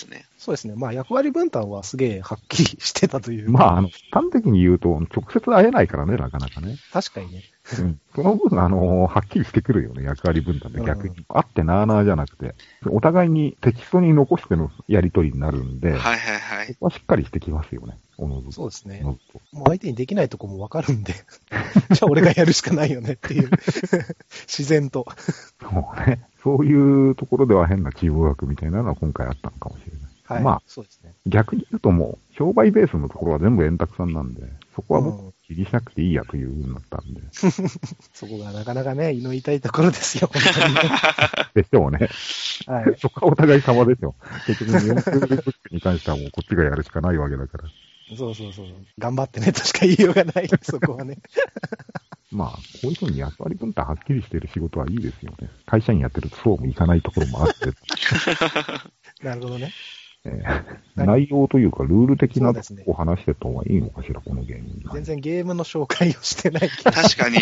S1: そうですね。まあ役割分担はすげえはっきりしてたという。
S2: まあ、あの、端的に言うと、直接会えないからね、なかなかね。
S1: 確かにね。
S2: うん。その分、あの、はっきりしてくるよね、役割分担で逆に。会ってなーなーじゃなくて、お互いにテキストに残してのやりとりになるんで、
S3: はいはいはい。
S2: そこはしっかりしてきますよね、おのずと。
S1: そうですね。もう相手にできないとこもわかるんで、じゃあ俺がやるしかないよねっていう、自然と。
S2: そうね。そういうところでは変なチームワークみたいなのは今回あったのかもしれない。
S1: はい。
S2: まあ、
S1: そうですね。
S2: 逆に言うともう、商売ベースのところは全部円卓さんなんで、そこは僕、気にしなくていいやという風になったんで。
S1: そこがなかなかね、胃の痛いところですよ、本当にね。
S2: でしょうね。
S1: はい。
S2: そこはお互い様ですよ。結局、よんじゅうブックに関してはもうこっちがやるしかないわけだから。
S1: そうそうそう。頑張ってねとしか言いようがない、そこはね。
S2: まあ、こういうふうに役割分担はっきりしている仕事はいいですよね。会社員やってるとそうもいかないところもあって。
S1: なるほどね。
S2: えー、内容というか、ルール的なこ
S1: と
S2: とを話してた方がいいのかしら、このゲームに。
S1: 全然ゲームの紹介をしてない
S3: けど。確かに。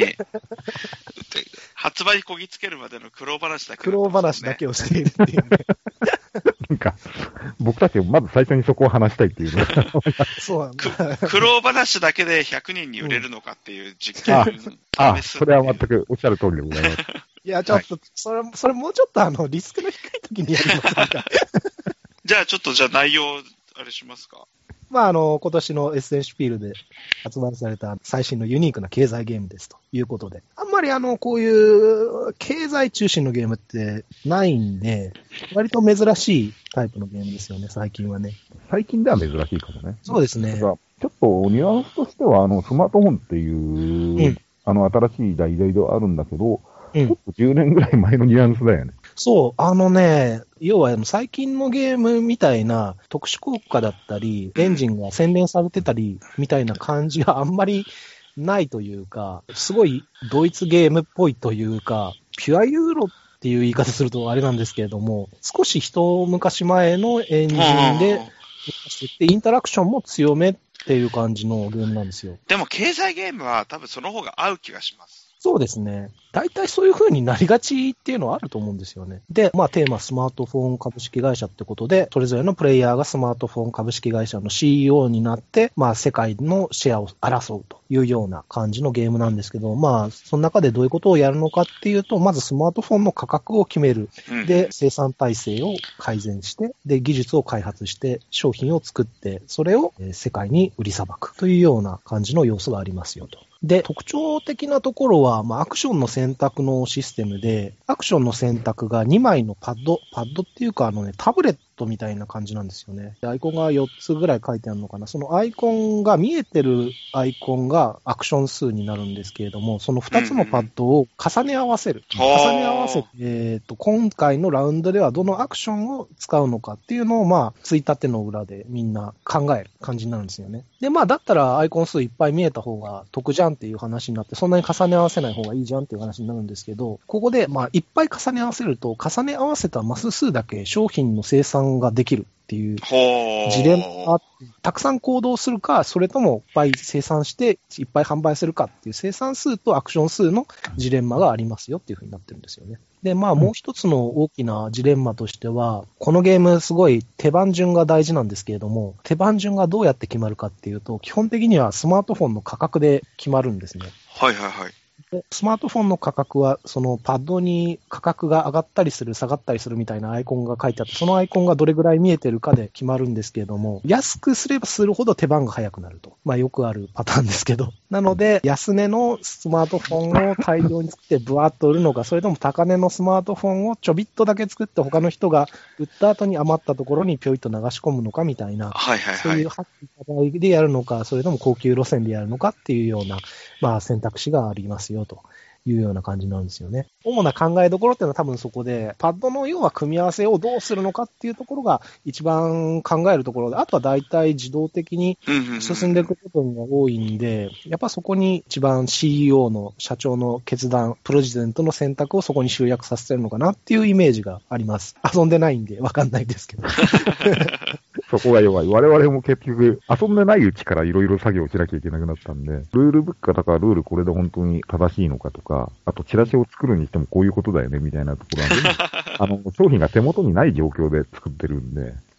S3: 発売こぎつけるまでの苦労話だけ、
S1: ね、苦労話だけをしているっていうね。
S2: なんか、僕たちまず最初にそこを話したいっていうね。
S1: そうなんだ。
S3: 苦労話だけでひゃくにんに売れるのかっていう実験、うん、
S2: ああ、それは全くおっしゃる通りでございます。
S1: いや、ちょっと、はい、それ、それもうちょっとあの、リスクの低い時にやりませんか。
S3: じゃあちょっと、じゃあ内容、あれしますか。
S1: まあ、あの、今年のエッセンシュピールで発売された最新のユニークな経済ゲームですということで。あんまりあの、こういう経済中心のゲームってないんで、割と珍しいタイプのゲームですよね、最近はね。
S2: 最近では珍しいかもね。
S1: そうですね。
S2: ちょっとニュアンスとしては、あの、スマートフォンっていう、うん、あの、新しい題材ではあるんだけど、うん、ちょっとじゅうねんぐらい前のニュアンスだよね。
S1: そう、あのね、要は最近のゲームみたいな特殊効果だったり、エンジンが洗練されてたりみたいな感じがあんまりないというか、すごいドイツゲームっぽいというか、ピュアユーロっていう言い方するとあれなんですけれども、少し一昔前のエンジンで、インタラクションも強めっていう感じのゲームなんですよ。
S3: でも経済ゲームは多分その方が合う気がします。
S1: そうですね。大体そういう風になりがちっていうのはあると思うんですよね。で、まあテーマスマートフォン株式会社ってことで、それぞれのプレイヤーがスマートフォン株式会社の シーイーオー になって、まあ世界のシェアを争うというような感じのゲームなんですけど、まあその中でどういうことをやるのかっていうと、まずスマートフォンの価格を決める。で、生産体制を改善して、で、技術を開発して、商品を作って、それを世界に売りさばくというような感じの要素がありますよと。で、特徴的なところは、まあ、アクションの選択のシステムで、アクションの選択がにまいのパッド、パッドっていうか、あのね、タブレットみたいな感じなんですよね。アイコンがよっつぐらい書いてあるのかな。そのアイコンが、見えてるアイコンがアクション数になるんですけれども、そのふたつのパッドを重ね合わせる。うん、重ね合わせて、えっと、今回のラウンドではどのアクションを使うのかっていうのを、まあ、ついたての裏でみんな考える感じになるんですよね。で、まあ、だったらアイコン数いっぱい見えた方が得じゃんっていう話になって、そんなに重ね合わせない方がいいじゃんっていう話になるんですけど、ここで、まあ、いっぱい重ね合わせると、重ね合わせたマス数だけ商品の生産ができるっていうジレンマがあって、たくさん行動するか、それともいっぱい生産していっぱい販売するかっていう生産数とアクション数のジレンマがありますよっていう風になってるんですよね。で、まあもう一つの大きなジレンマとしては、このゲームすごい手番順が大事なんですけれども、手番順がどうやって決まるかっていうと、基本的にはスマートフォンの価格で決まるんですね。
S3: はいはいはい。
S1: スマートフォンの価格は、そのパッドに価格が上がったりする、下がったりするみたいなアイコンが書いてあって、そのアイコンがどれぐらい見えてるかで決まるんですけれども、安くすればするほど手番が早くなると。まあよくあるパターンですけど。なので、安値のスマートフォンを大量に作ってブワーッと売るのか、それとも高値のスマートフォンをちょびっとだけ作って他の人が売った後に余ったところにぴょいと流し込むのかみたいな、
S3: はいはいはい、
S1: そういうハッピー課題でやるのか、それとも高級路線でやるのかっていうような、まあ選択肢がありますよと。いうような感じなんですよね。主な考えどころっていうのは多分そこで、パッドの要は組み合わせをどうするのかっていうところが一番考えるところで、あとは大体自動的に進んでいく部分が多いんで、やっぱそこに一番 シーイーオー の社長の決断、プロジデントの選択をそこに集約させてるのかなっていうイメージがあります。遊んでないんでわかんないですけど。
S2: そこが弱い。我々も結局、遊んでないうちからいろいろ作業しなきゃいけなくなったんで、ルールブックがだからルールこれで本当に正しいのかとか、あとチラシを作るにしてもこういうことだよねみたいなところは、あの、商品が手元にない状況で作ってるんで、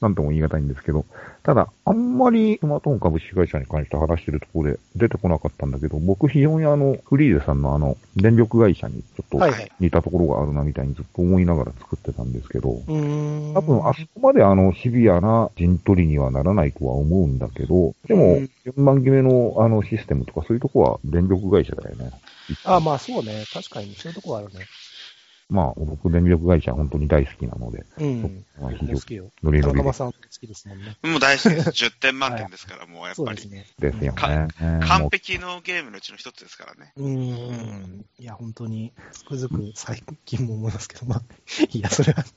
S2: なんとも言い難いんですけど、ただ、あんまりスマートフォン株式会社に関して話してるところで出てこなかったんだけど、僕非常にあの、フリーゼさんのあの、電力会社にちょっと似たところがあるなみたいにずっと思いながら作ってたんですけど、
S1: うーん
S2: 多分あそこまであの、シビアな陣取りにはならないとは思うんだけど、でも、順番決めのあの、システムとかそういうとこは電力会社だよね。
S1: ああ、まあそうね。確かにそういうとこはあるね。
S2: まあ、僕、電力会社本当に大好きなので。
S1: うん。
S2: まあ、非常に
S1: 好きよ。
S2: ノリノリで。
S1: 田中さん好きですもんね。
S3: もう大好きです。じゅってん満点ですから、はい、もうやっぱり。そうですね。
S2: ですよね。
S3: 完璧のゲームのうちの一つですからね。
S1: うん。いや、本当に、つくづく最近も思いますけど、まあ、いや、それは。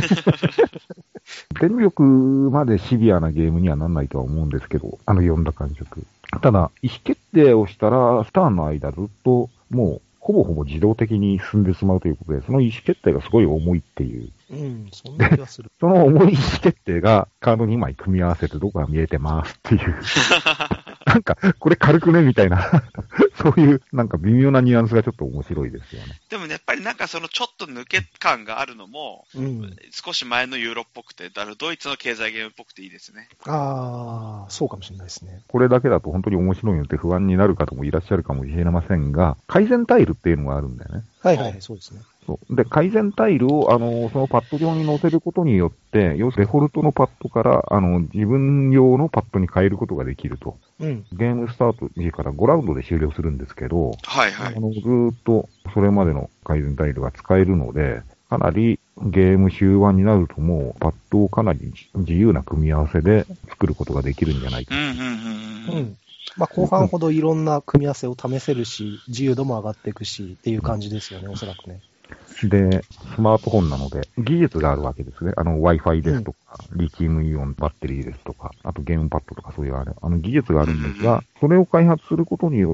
S2: 電力までシビアなゲームにはなんないとは思うんですけど、あの読んだ感触。ただ、意思決定をしたら、スターンの間ずっと、もう、ほぼほぼ自動的に進んでしまうということで、その意思決定がすごい重いっていう。
S1: うん、そんな気がする。
S2: その重い意思決定がカードにまい組み合わせてどこが見えてますっていう。なんか、これ軽くねみたいな、そういうなんか微妙なニュアンスがちょっと面白いですよね。
S3: でもね、やっぱりなんかそのちょっと抜け感があるのも、うん、少し前のユーロっぽくて、ドイツの経済ゲームっぽくていいですね。
S1: ああ、そうかもしれないですね。
S2: これだけだと本当に面白いのって不安になる方もいらっしゃるかもしれませんが、改善タイルっていうのがあるんだよね。
S1: はいはい、そうですね。
S2: そうで、改善タイルを、あの、そのパッド上に載せることによって、要するにデフォルトのパッドから、あの、自分用のパッドに変えることができると。うん、ゲームスタート時からごラウンドで終了するんですけど、
S3: はいはい。
S2: あの、ずーっとそれまでの改善タイルが使えるので、かなりゲーム終盤になるともう、パッドをかなり自由な組み合わせで作ることができるんじゃないか。
S3: うんうんうんうん。
S1: まあ、後半ほどいろんな組み合わせを試せるし、自由度も上がっていくし、っていう感じですよね、おそらくね。
S2: で、スマートフォンなので、技術があるわけですね。あの、Wi-Fi ですとか、うん、リチウムイオンバッテリーですとか、あとゲームパッドとかそういうあれ、あの技術があるんですが、それを開発することによって、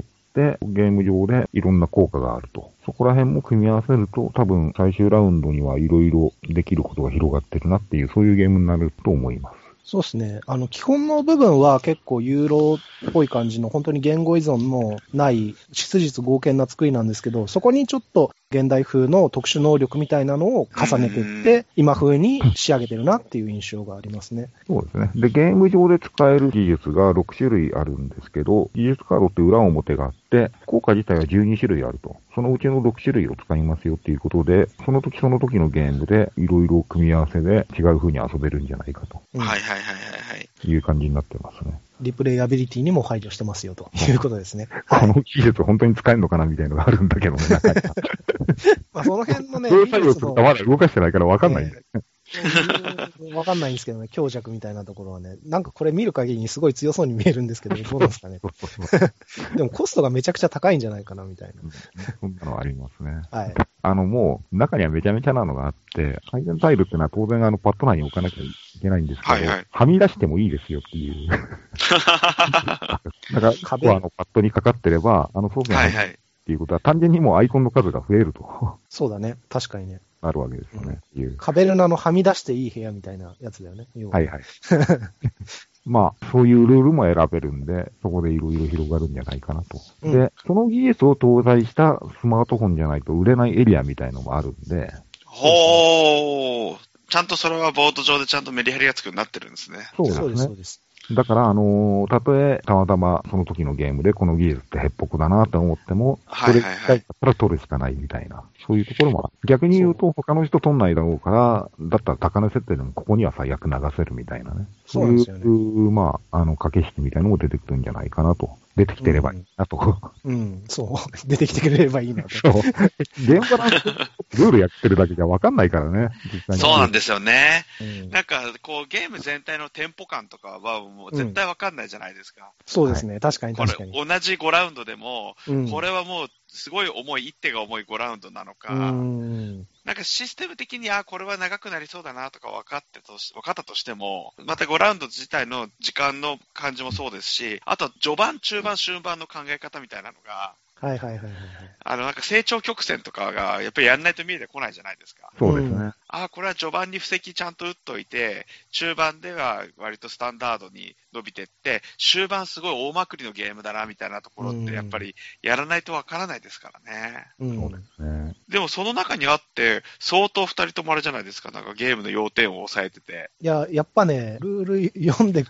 S2: ゲーム上でいろんな効果があると。そこら辺も組み合わせると、多分最終ラウンドにはいろいろできることが広がってるなっていう、そういうゲームになると思います。
S1: そうですね。あの、基本の部分は結構ユーロっぽい感じの、本当に言語依存のない質実剛健な作りなんですけど、そこにちょっと現代風の特殊能力みたいなのを重ねていって、今風に仕上げてるなっていう印象がありますね。
S2: そうですね。で、ゲーム上で使える技術がろくしゅるいあるんですけど、技術カードって裏表があって、効果自体はじゅうにしゅるいあると。そのうちのろくしゅるいを使いますよっていうことで、その時その時のゲームでいろいろ組み合わせで違う風に遊べるんじゃないかと。
S3: はいはいはいはいはい。
S2: いう感じになってますね。
S1: リプレイアビリティにも配慮してますよということですね。
S2: この技術本当に使えるのかなみたいなのがあるんだけどね、中には。
S1: まあその辺のね、
S2: どういう作業するかまだ動かしてないから分かんないんだよね。
S1: わかんないんですけどね、強弱みたいなところはね、なんかこれ見る限りにすごい強そうに見えるんですけど、どうなんですかね。でもコストがめちゃくちゃ高いんじゃないかなみたいな。
S2: そんなのありますね。
S1: はい。
S2: あのもう、中にはめちゃめちゃなのがあって、改善タイルっていうのは当然あのパッド内に置かなきゃいけないんですけど、はいはい、はみ出してもいいですよっていう。だから、壁はあのパッドにかかってれば、あの操作が入るっていうことは、単純にもうアイコンの数が増えると。
S1: そうだね。確かにね。
S2: あるわけですよね。
S1: うん、カベルナのはみ出していい部屋みたいなやつだよね。
S2: はいはい。まあ、そういうルールも選べるんで、そこでいろいろ広がるんじゃないかなと。うん、で、その技術を搭載したスマートフォンじゃないと売れないエリアみたいのもあるんで。
S3: ほー。ちゃんとそれはボード上でちゃんとメリハリがつくようになってるんですね。
S2: そうですね。そうです。だから、あのー、たとえたまたまその時のゲームでこの技術ってへっぽくだなと思っても、それだったら取るしかないみたいな、そういうところもある。逆に言うと、他の人取んないだろうから、だったら高値設定でもここには最悪流せるみたいなね。そういう、まあ、あの、駆け引きみたいなのも出てくるんじゃないかなと。出てきてればいいなと。
S1: うん、うん、そう。出てきてくれればいいなと。
S2: そう。ゲームバランス、ルールやってるだけじゃわかんないからね、実際に。
S3: そうなんですよね。うん、なんか、こう、ゲーム全体のテンポ感とかはもう絶対わかんないじゃないですか。うん、
S1: そうですね、はい、確かに確かに。
S3: これ、同じごラウンドでも、うん、これはもう、すごい重い、一手が重いごラウンドなのか、うんなんかシステム的に、あ、これは長くなりそうだなとか分かってとし、分かったとしても、またごラウンド自体の時間の感じもそうですし、あと序盤、中盤、終盤の考え方みたいなのが、
S1: はいはいはいはい。
S3: あの、なんか成長曲線とかが、やっぱりやんないと見えてこないじゃないですか。
S2: そうですね。
S3: ああ、これは序盤に布石ちゃんと打っといて、中盤では割とスタンダードに伸びてって、終盤すごい大まくりのゲームだな、みたいなところって、やっぱりやらないとわからないですからね。
S2: うん、そうですね。
S3: でもその中にあって、相当二人ともあれじゃないですか、なんかゲームの要点を抑えてて。
S1: いや、やっぱね、ルール読んでって、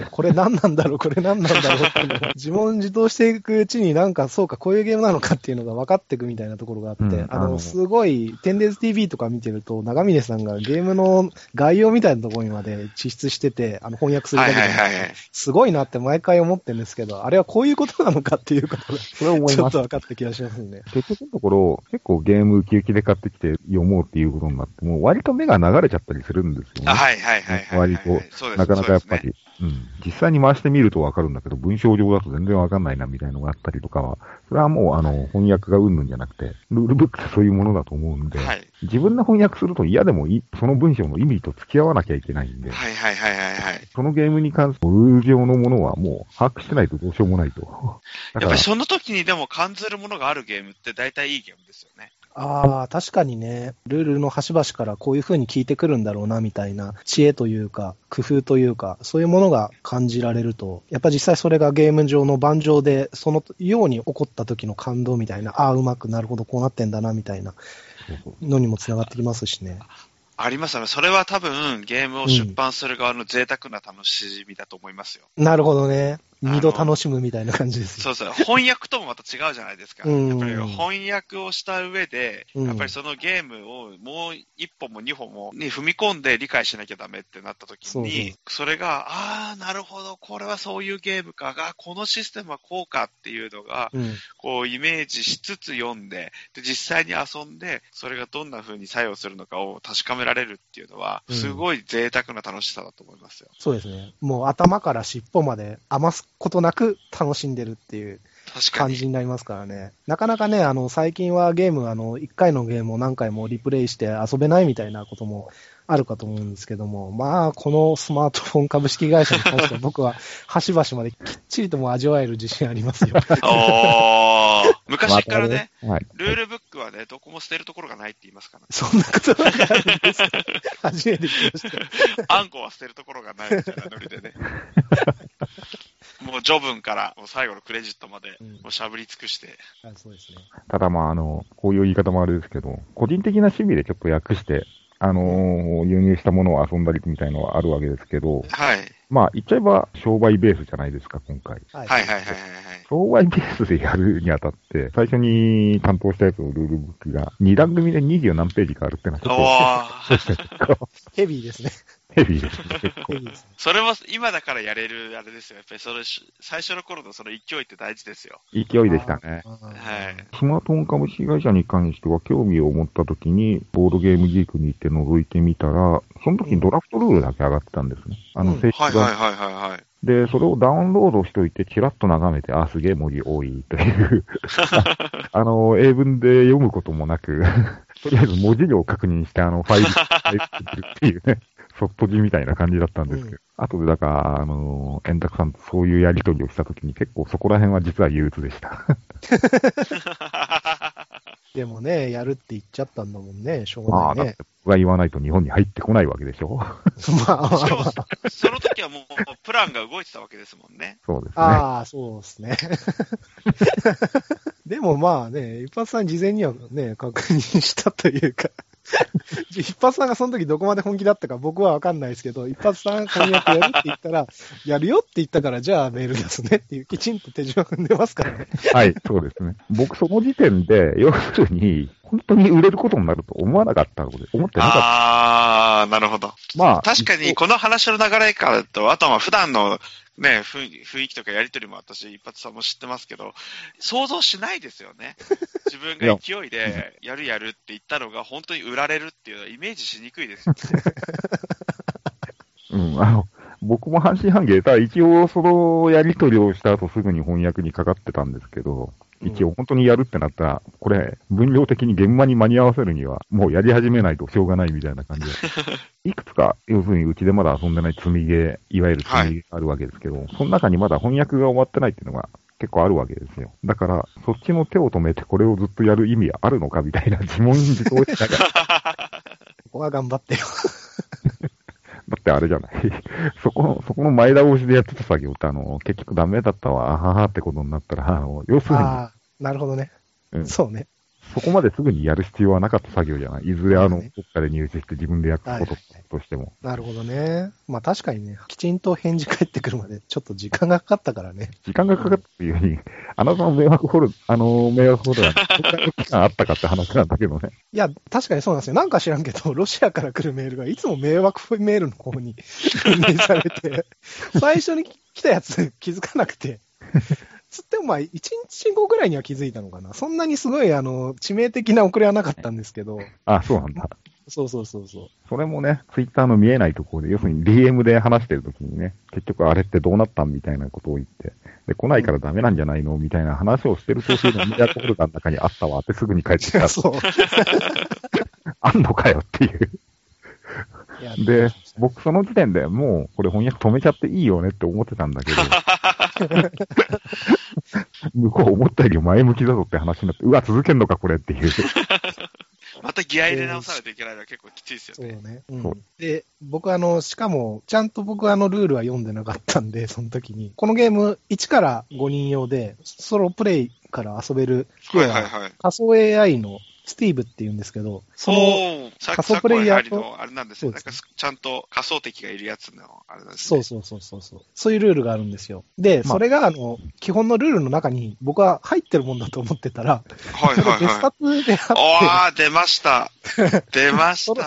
S1: これ何なんだろう、これ何なんだろうっていうのを自問自答していくうちになんかそうか、こういうゲームなのかっていうのが分かっていくみたいなところがあって、うん、あの、すごい、テンデイズ ティーブイ とか見てると、長峰さんがゲームの概要みたいなところにまで地質してて、あの、翻訳するだけで、はいはいはい、すごいなって毎回思ってるんですけど、あれはこういうことなのかっていうことが、それ思います。ちょっと分かった気がしますね。
S2: 結局のところ、結構ゲームウキウキで買ってきて読もうっていうことになって、もう割と目が流れちゃったりするんですよね。
S3: はいはいはいはい、
S2: 割と、なかなかやっぱり、ね、うん。実際に回してみるとわかるんだけど、文章上だと全然わかんないなみたいなのがあったりとかは、それはもうあの、翻訳がうんぬんじゃなくて、ルールブックってそういうものだと思うんで、はい、自分で翻訳すると嫌でもいい、その文章の意味と付き合わなきゃいけないんで、
S3: はいはいはいはいはい。
S2: そのゲームに関するルール上のものはもう把握してないとどうしようもないと。
S3: やっぱりその時にでも感じるものがあるゲームって大体いいゲームですよね。
S1: ああ、確かにね、ルールの端々からこういう風に聞いてくるんだろうなみたいな知恵というか、工夫というか、そういうものが感じられると、やっぱ実際それがゲーム上の盤上で、そのように起こった時の感動みたいな、ああ、うまくなるほどこうなってんだなみたいなのにもつながってきますしね。
S3: ありますよね。それは多分ゲームを出版する側の贅沢な楽しみだと思いますよ。
S1: うん、なるほどね。二度楽しむみたいな感じです。
S3: そうそう。翻訳ともまた違うじゃないですか。やっぱり翻訳をした上で、やっぱりそのゲームをもう一歩も二歩もに踏み込んで理解しなきゃダメってなった時に、そ, それが、ああ、なるほど、これはそういうゲームかが、このシステムはこうかっていうのが、うん、こうイメージしつつ読んで、で、実際に遊んで、それがどんな風に作用するのかを確かめられるっていうのは、すごい贅沢な楽しさだと思いますよ。
S1: うん、そうですね。もう頭から尻尾まで余すことなく楽しんでるっていう感じになりますからね。なかなかね、あの、最近はゲーム、あの、一回のゲームを何回もリプレイして遊べないみたいなこともあるかと思うんですけども、まあ、このスマートフォン株式会社に関しては僕は端々まできっちりとも味わえる自信ありますよ。
S3: おー、昔からね、はい、ルールブックはね、どこも捨てるところがないって言いますからね。
S1: そんなことがあるんですか？初めて聞きまし
S3: た。あんこは捨てるところがないみたいなノリでね。もう序文からもう最後のクレジットまでもうしゃぶり尽くして、
S1: うん、あ、そうですね。
S2: ただまああのこういう言い方もあれですけど、個人的な趣味でちょっと訳してあのー、輸入したものを遊んだりみたいなのはあるわけですけど、
S3: はい。
S2: まあ言っちゃえば商売ベースじゃないですか今回。
S3: はいはいはいはいはい。
S2: 商売ベースでやるにあたって最初に担当したやつのルールブックがに段組でにじゅう何ページかあるってのはちょっと
S1: ヘビーですね。
S2: ヘビーですね。結構。
S3: それも今だからやれるあれですよ。やっぱりそれ最初の頃のその勢いって大事ですよ。
S2: 勢いでしたね。
S3: はい。
S2: スマートフォン株式会社に関しては興味を持った時にボードゲームギークに行って覗いてみたら、その時にドラフトルールだけ上がってたんですね。あの正式版。
S3: はいはいはいはいはい。
S2: で、それをダウンロードしといて、チラッと眺めて、あ、すげえ文字多いというあの、英文で読むこともなく、とりあえず文字量を確認して、あの、ファイルに入ってるっていうね、ソフト字みたいな感じだったんですけど、うん、後でだから、あの、円卓さんとそういうやりとりをしたときに、結構そこら辺は実は憂鬱でした。
S1: でもね、やるって言っちゃったんだもんね、しょうがないね。まあ、だって
S2: 僕が言わないと日本に入ってこないわけでしょ。ま
S3: あ、その時はもうプランが動いてたわけですもんね。
S2: そうですね。
S1: ああ、そうですね。でもまあね、一発さん事前にはね、確認したというか、一発さんがその時どこまで本気だったか僕はわかんないですけど、一発さん翻訳やるって言ったら、やるよって言ったから、じゃあメールですねっていう、きちんと手順を踏んでますからね。
S2: はい、そうですね。僕その時点で、要するに、本当に売れることになると思わなかったので、思ってなかった。
S3: ああ、なるほど。まあ、確かにこの話の流れからと、あとは普段のね、雰囲気とかやりとりも私、一発さんも知ってますけど、想像しないですよね。自分が勢いで、やるやるって言ったのが、本当に売られるっていうのはイメージしにくいですよね。
S2: うん、あの、僕も半信半疑で、一応そのやりとりをした後すぐに翻訳にかかってたんですけど、一応本当にやるってなったら、これ、分量的に現場に間に合わせるには、もうやり始めないとしょうがないみたいな感じで。いくつか、要するにうちでまだ遊んでない積みゲー、いわゆる積みゲーがあるわけですけど、はい、その中にまだ翻訳が終わってないっていうのが結構あるわけですよ。だから、そっちの手を止めてこれをずっとやる意味あるのかみたいな自問自答しながら。
S1: ここは頑張ってよ。
S2: だってあれじゃない。そこの、そこの前倒しでやってた作業って、あの、結局ダメだったわ、あははってことになったら、あの、要するに。あ
S1: あ、なるほどね。
S2: うん。
S1: そうね。
S2: そこまですぐにやる必要はなかった作業じゃない。いずれあの、どっかで入手して自分で焼くこととしても、はい
S1: はいはい。なるほどね。まあ確かにね、きちんと返事返ってくるまでちょっと時間がかかったからね。
S2: 時間がかかったっていうふうに、あなたの迷惑ホル、あの、迷惑ホルダーにどんな期間あったかって話なんだけどね。
S1: いや、確かにそうなんですよ。なんか知らんけど、ロシアから来るメールがいつも迷惑メールの方に返信されて、最初に来たやつ気づかなくて。つってもまあ、一日後ぐらいには気づいたのかな。そんなにすごい、あの、致命的な遅れはなかったんですけど。
S2: あ、そうなんだ。
S1: そうそうそうそう。
S2: それもね、ツイッターの見えないところで、要するに ディーエム で話してるときにね、結局あれってどうなったんみたいなことを言って、で、来ないからダメなんじゃないのみたいな話をしてる途中のミディアコルダーの中にあったわってすぐに帰ってきた。そう。あんのかよっていう。で、僕その時点でもうこれ翻訳止めちゃっていいよねって思ってたんだけど、向こう思ったより前向きだぞって話になって、うわ、続けんのかこれっていう。
S3: またギア入れ直さないといけないのは結構きついですよね。
S1: そうね。うん、で、僕あの、しかも、ちゃんと僕あのルールは読んでなかったんで、その時に。このゲームいちからごにん用で、ソロプレイから遊べる、
S3: はいはいはい、
S1: 仮想 エーアイ のスティーブって言うんですけど、
S3: その仮想プレイヤーと、あれなんですね。なんかちゃんと仮想敵がいるやつのあれなんですね。
S1: そうそうそうそう。そういうルールがあるんですよ。で、まあ、それがあの、基本のルールの中に僕は入ってるもんだと思ってたら、
S3: はいはいはい。別
S1: 冊であって。
S3: ああ、出ました。出ました。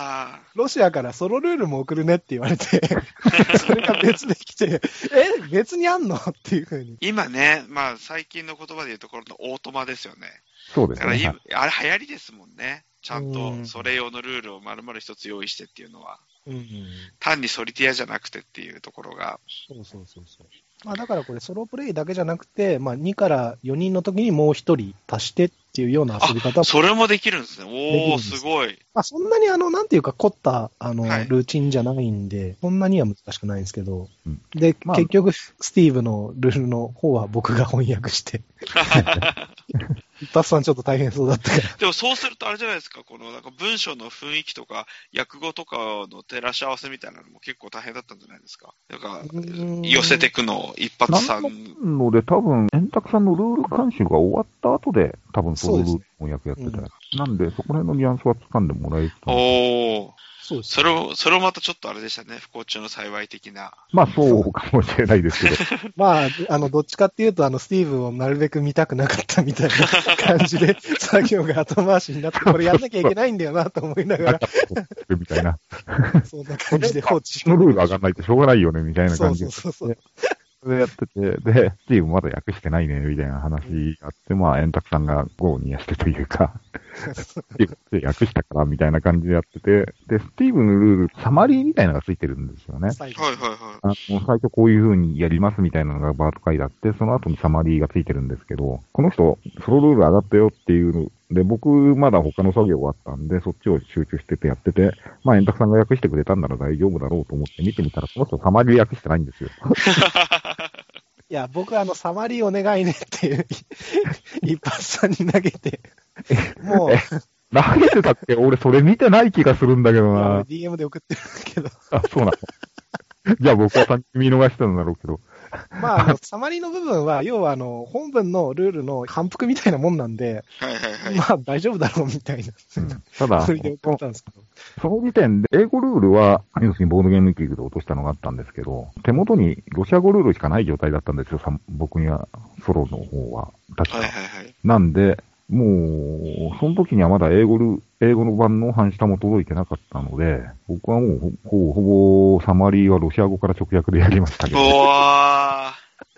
S1: ロシアからソロルールも送るねって言われて、それが別で来て、え、別にあんのっていうふうに。
S3: 今ね、まあ最近の言葉で言うところのオートマですよね。
S2: そうですね。
S3: だからあれ流行りですもんね。ちゃんとそれ用のルールを丸々一つ用意してっていうのは。うんうん、単にソリティアじゃなくてっていうところが。
S1: そうそうそうそう。まあだからこれソロプレイだけじゃなくて、まあにからよにんの時にもうひとり足してっていうような遊び方も。
S3: それもできるんですね。おー、すごい。
S1: まあそんなにあの、なんていうか凝った、あの、はい、ルーチンじゃないんで、そんなには難しくないんですけど。うん、で、まあ、結局、スティーブのルールの方は僕が翻訳して。一発さんちょっと大変そうだったから。
S3: でもそうするとあれじゃないですか、このなんか文章の雰囲気とか、訳語とかの照らし合わせみたいなのも結構大変だったんじゃないですか。なんか、寄せてくの一発さん。な
S2: ので多分、円卓さんのルール監修が終わった後で、多分そういう翻訳やってた、ねうん、なんで、そこら辺のニュアンスは掴んでもらえると。
S3: おー。そうですね、それを、それをまたちょっとあれでしたね。不幸中の幸い的な。
S2: まあそうかもしれないですけど。
S1: まあ、あの、どっちかっていうと、あの、スティーブをなるべく見たくなかったみたいな感じで、作業が後回しになって、これやんなきゃいけないんだよなと思いながら。
S2: みたいな。
S1: そんな感じで放置し
S2: て。のルール上がんないとしょうがないよね、みたいな感じで。
S1: そうそうそう。
S2: それやってて、で、スティーブまだ訳してないね、みたいな話があって、まあ、円卓さんがゴーにやしてというか、スティーブ訳したから、みたいな感じでやってて、で、スティーブのルール、サマリーみたいなのがついてるんですよね。
S3: はいはいはい。
S2: あの最初こういう風にやりますみたいなのがバーッと書いてあって、その後にサマリーがついてるんですけど、この人、ソロルール上がったよっていうので、僕、まだ他の作業があったんで、そっちを集中しててやってて、まあ、円卓さんが訳してくれたんなら大丈夫だろうと思って見てみたら、この人サマリー訳してないんですよ。
S1: いや、僕はあの、サマリーお願いねっていう、一発さんに投げて、もう。
S2: 投げてたっけ俺それ見てない気がするんだけどな。
S1: ディーエム で送ってるけど。
S2: あ、そうなの。じゃあ僕は単に見逃したんだろうけど。
S1: まあ、あの、サマリーの部分は、要はあの、本文のルールの反復みたいなもんなんで、
S3: はいはいはい。
S1: まあ、大丈夫だろうみたいな。
S2: うん、ただ、
S1: それで送ったんですけど。
S2: その時点で、英語ルールは、要するにボードゲームキーグで落としたのがあったんですけど、手元にロシア語ルールしかない状態だったんですよ、僕には、ソロの方は。確か。
S3: はいはいはい。
S2: なんで、もう、その時にはまだ英語ル、英語の版の半下も届いてなかったので、僕はもうほ、ほぼ、ほぼ、サマリーはロシア語から直訳でやりましたけど。
S3: おー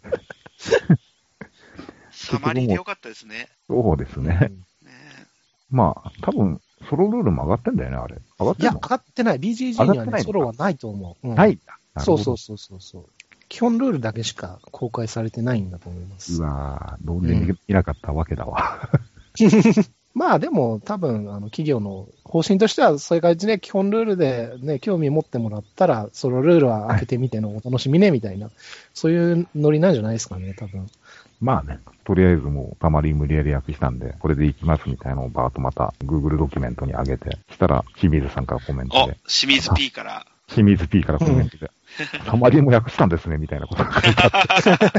S3: サマリーでよかったですね。
S2: そうですね。ねまあ、多分、ソロルールも上がってんだよね、あれ。上がってんの？
S1: いや、上がってない。ビージージー にはね、ソロはないと思う。うん、
S2: ない。
S1: そうそうそうそうそう。基本ルールだけしか公開されてないんだと思います。
S2: うわぁ、どうで見なかったわけだわ。
S1: まあでも多分、あの、企業の方針としては、そういう感じで基本ルールでね、興味持ってもらったら、そのルールは開けてみてのお楽しみね、みたいな、そういうノリなんじゃないですかね、多分。
S2: まあね、とりあえずもうたまり無理やり訳したんで、これで行きますみたいなのをバーッとまた Google ドキュメントに上げて、したら清水さんからコメントで。
S3: お、清水 P から。
S2: 清水 P からコメントで。たまりも訳したんですね、みたいなことが書いてあって。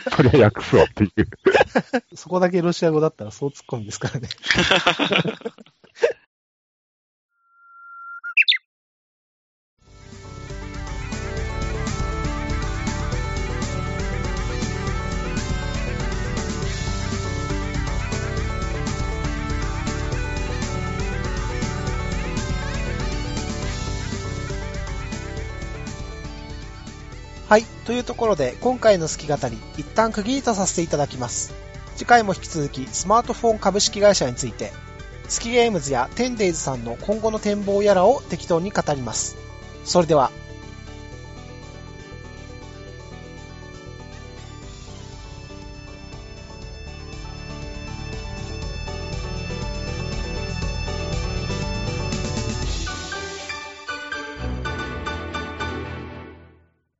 S2: そりゃ訳すわっていう。
S1: そこだけロシア語だったらそう突っ込みですからね。はい。というところで、今回の好き語り、一旦区切りとさせていただきます。次回も引き続き、スマートフォン株式会社について、スキゲームズやテンデイズさんの今後の展望やらを適当に語ります。それでは。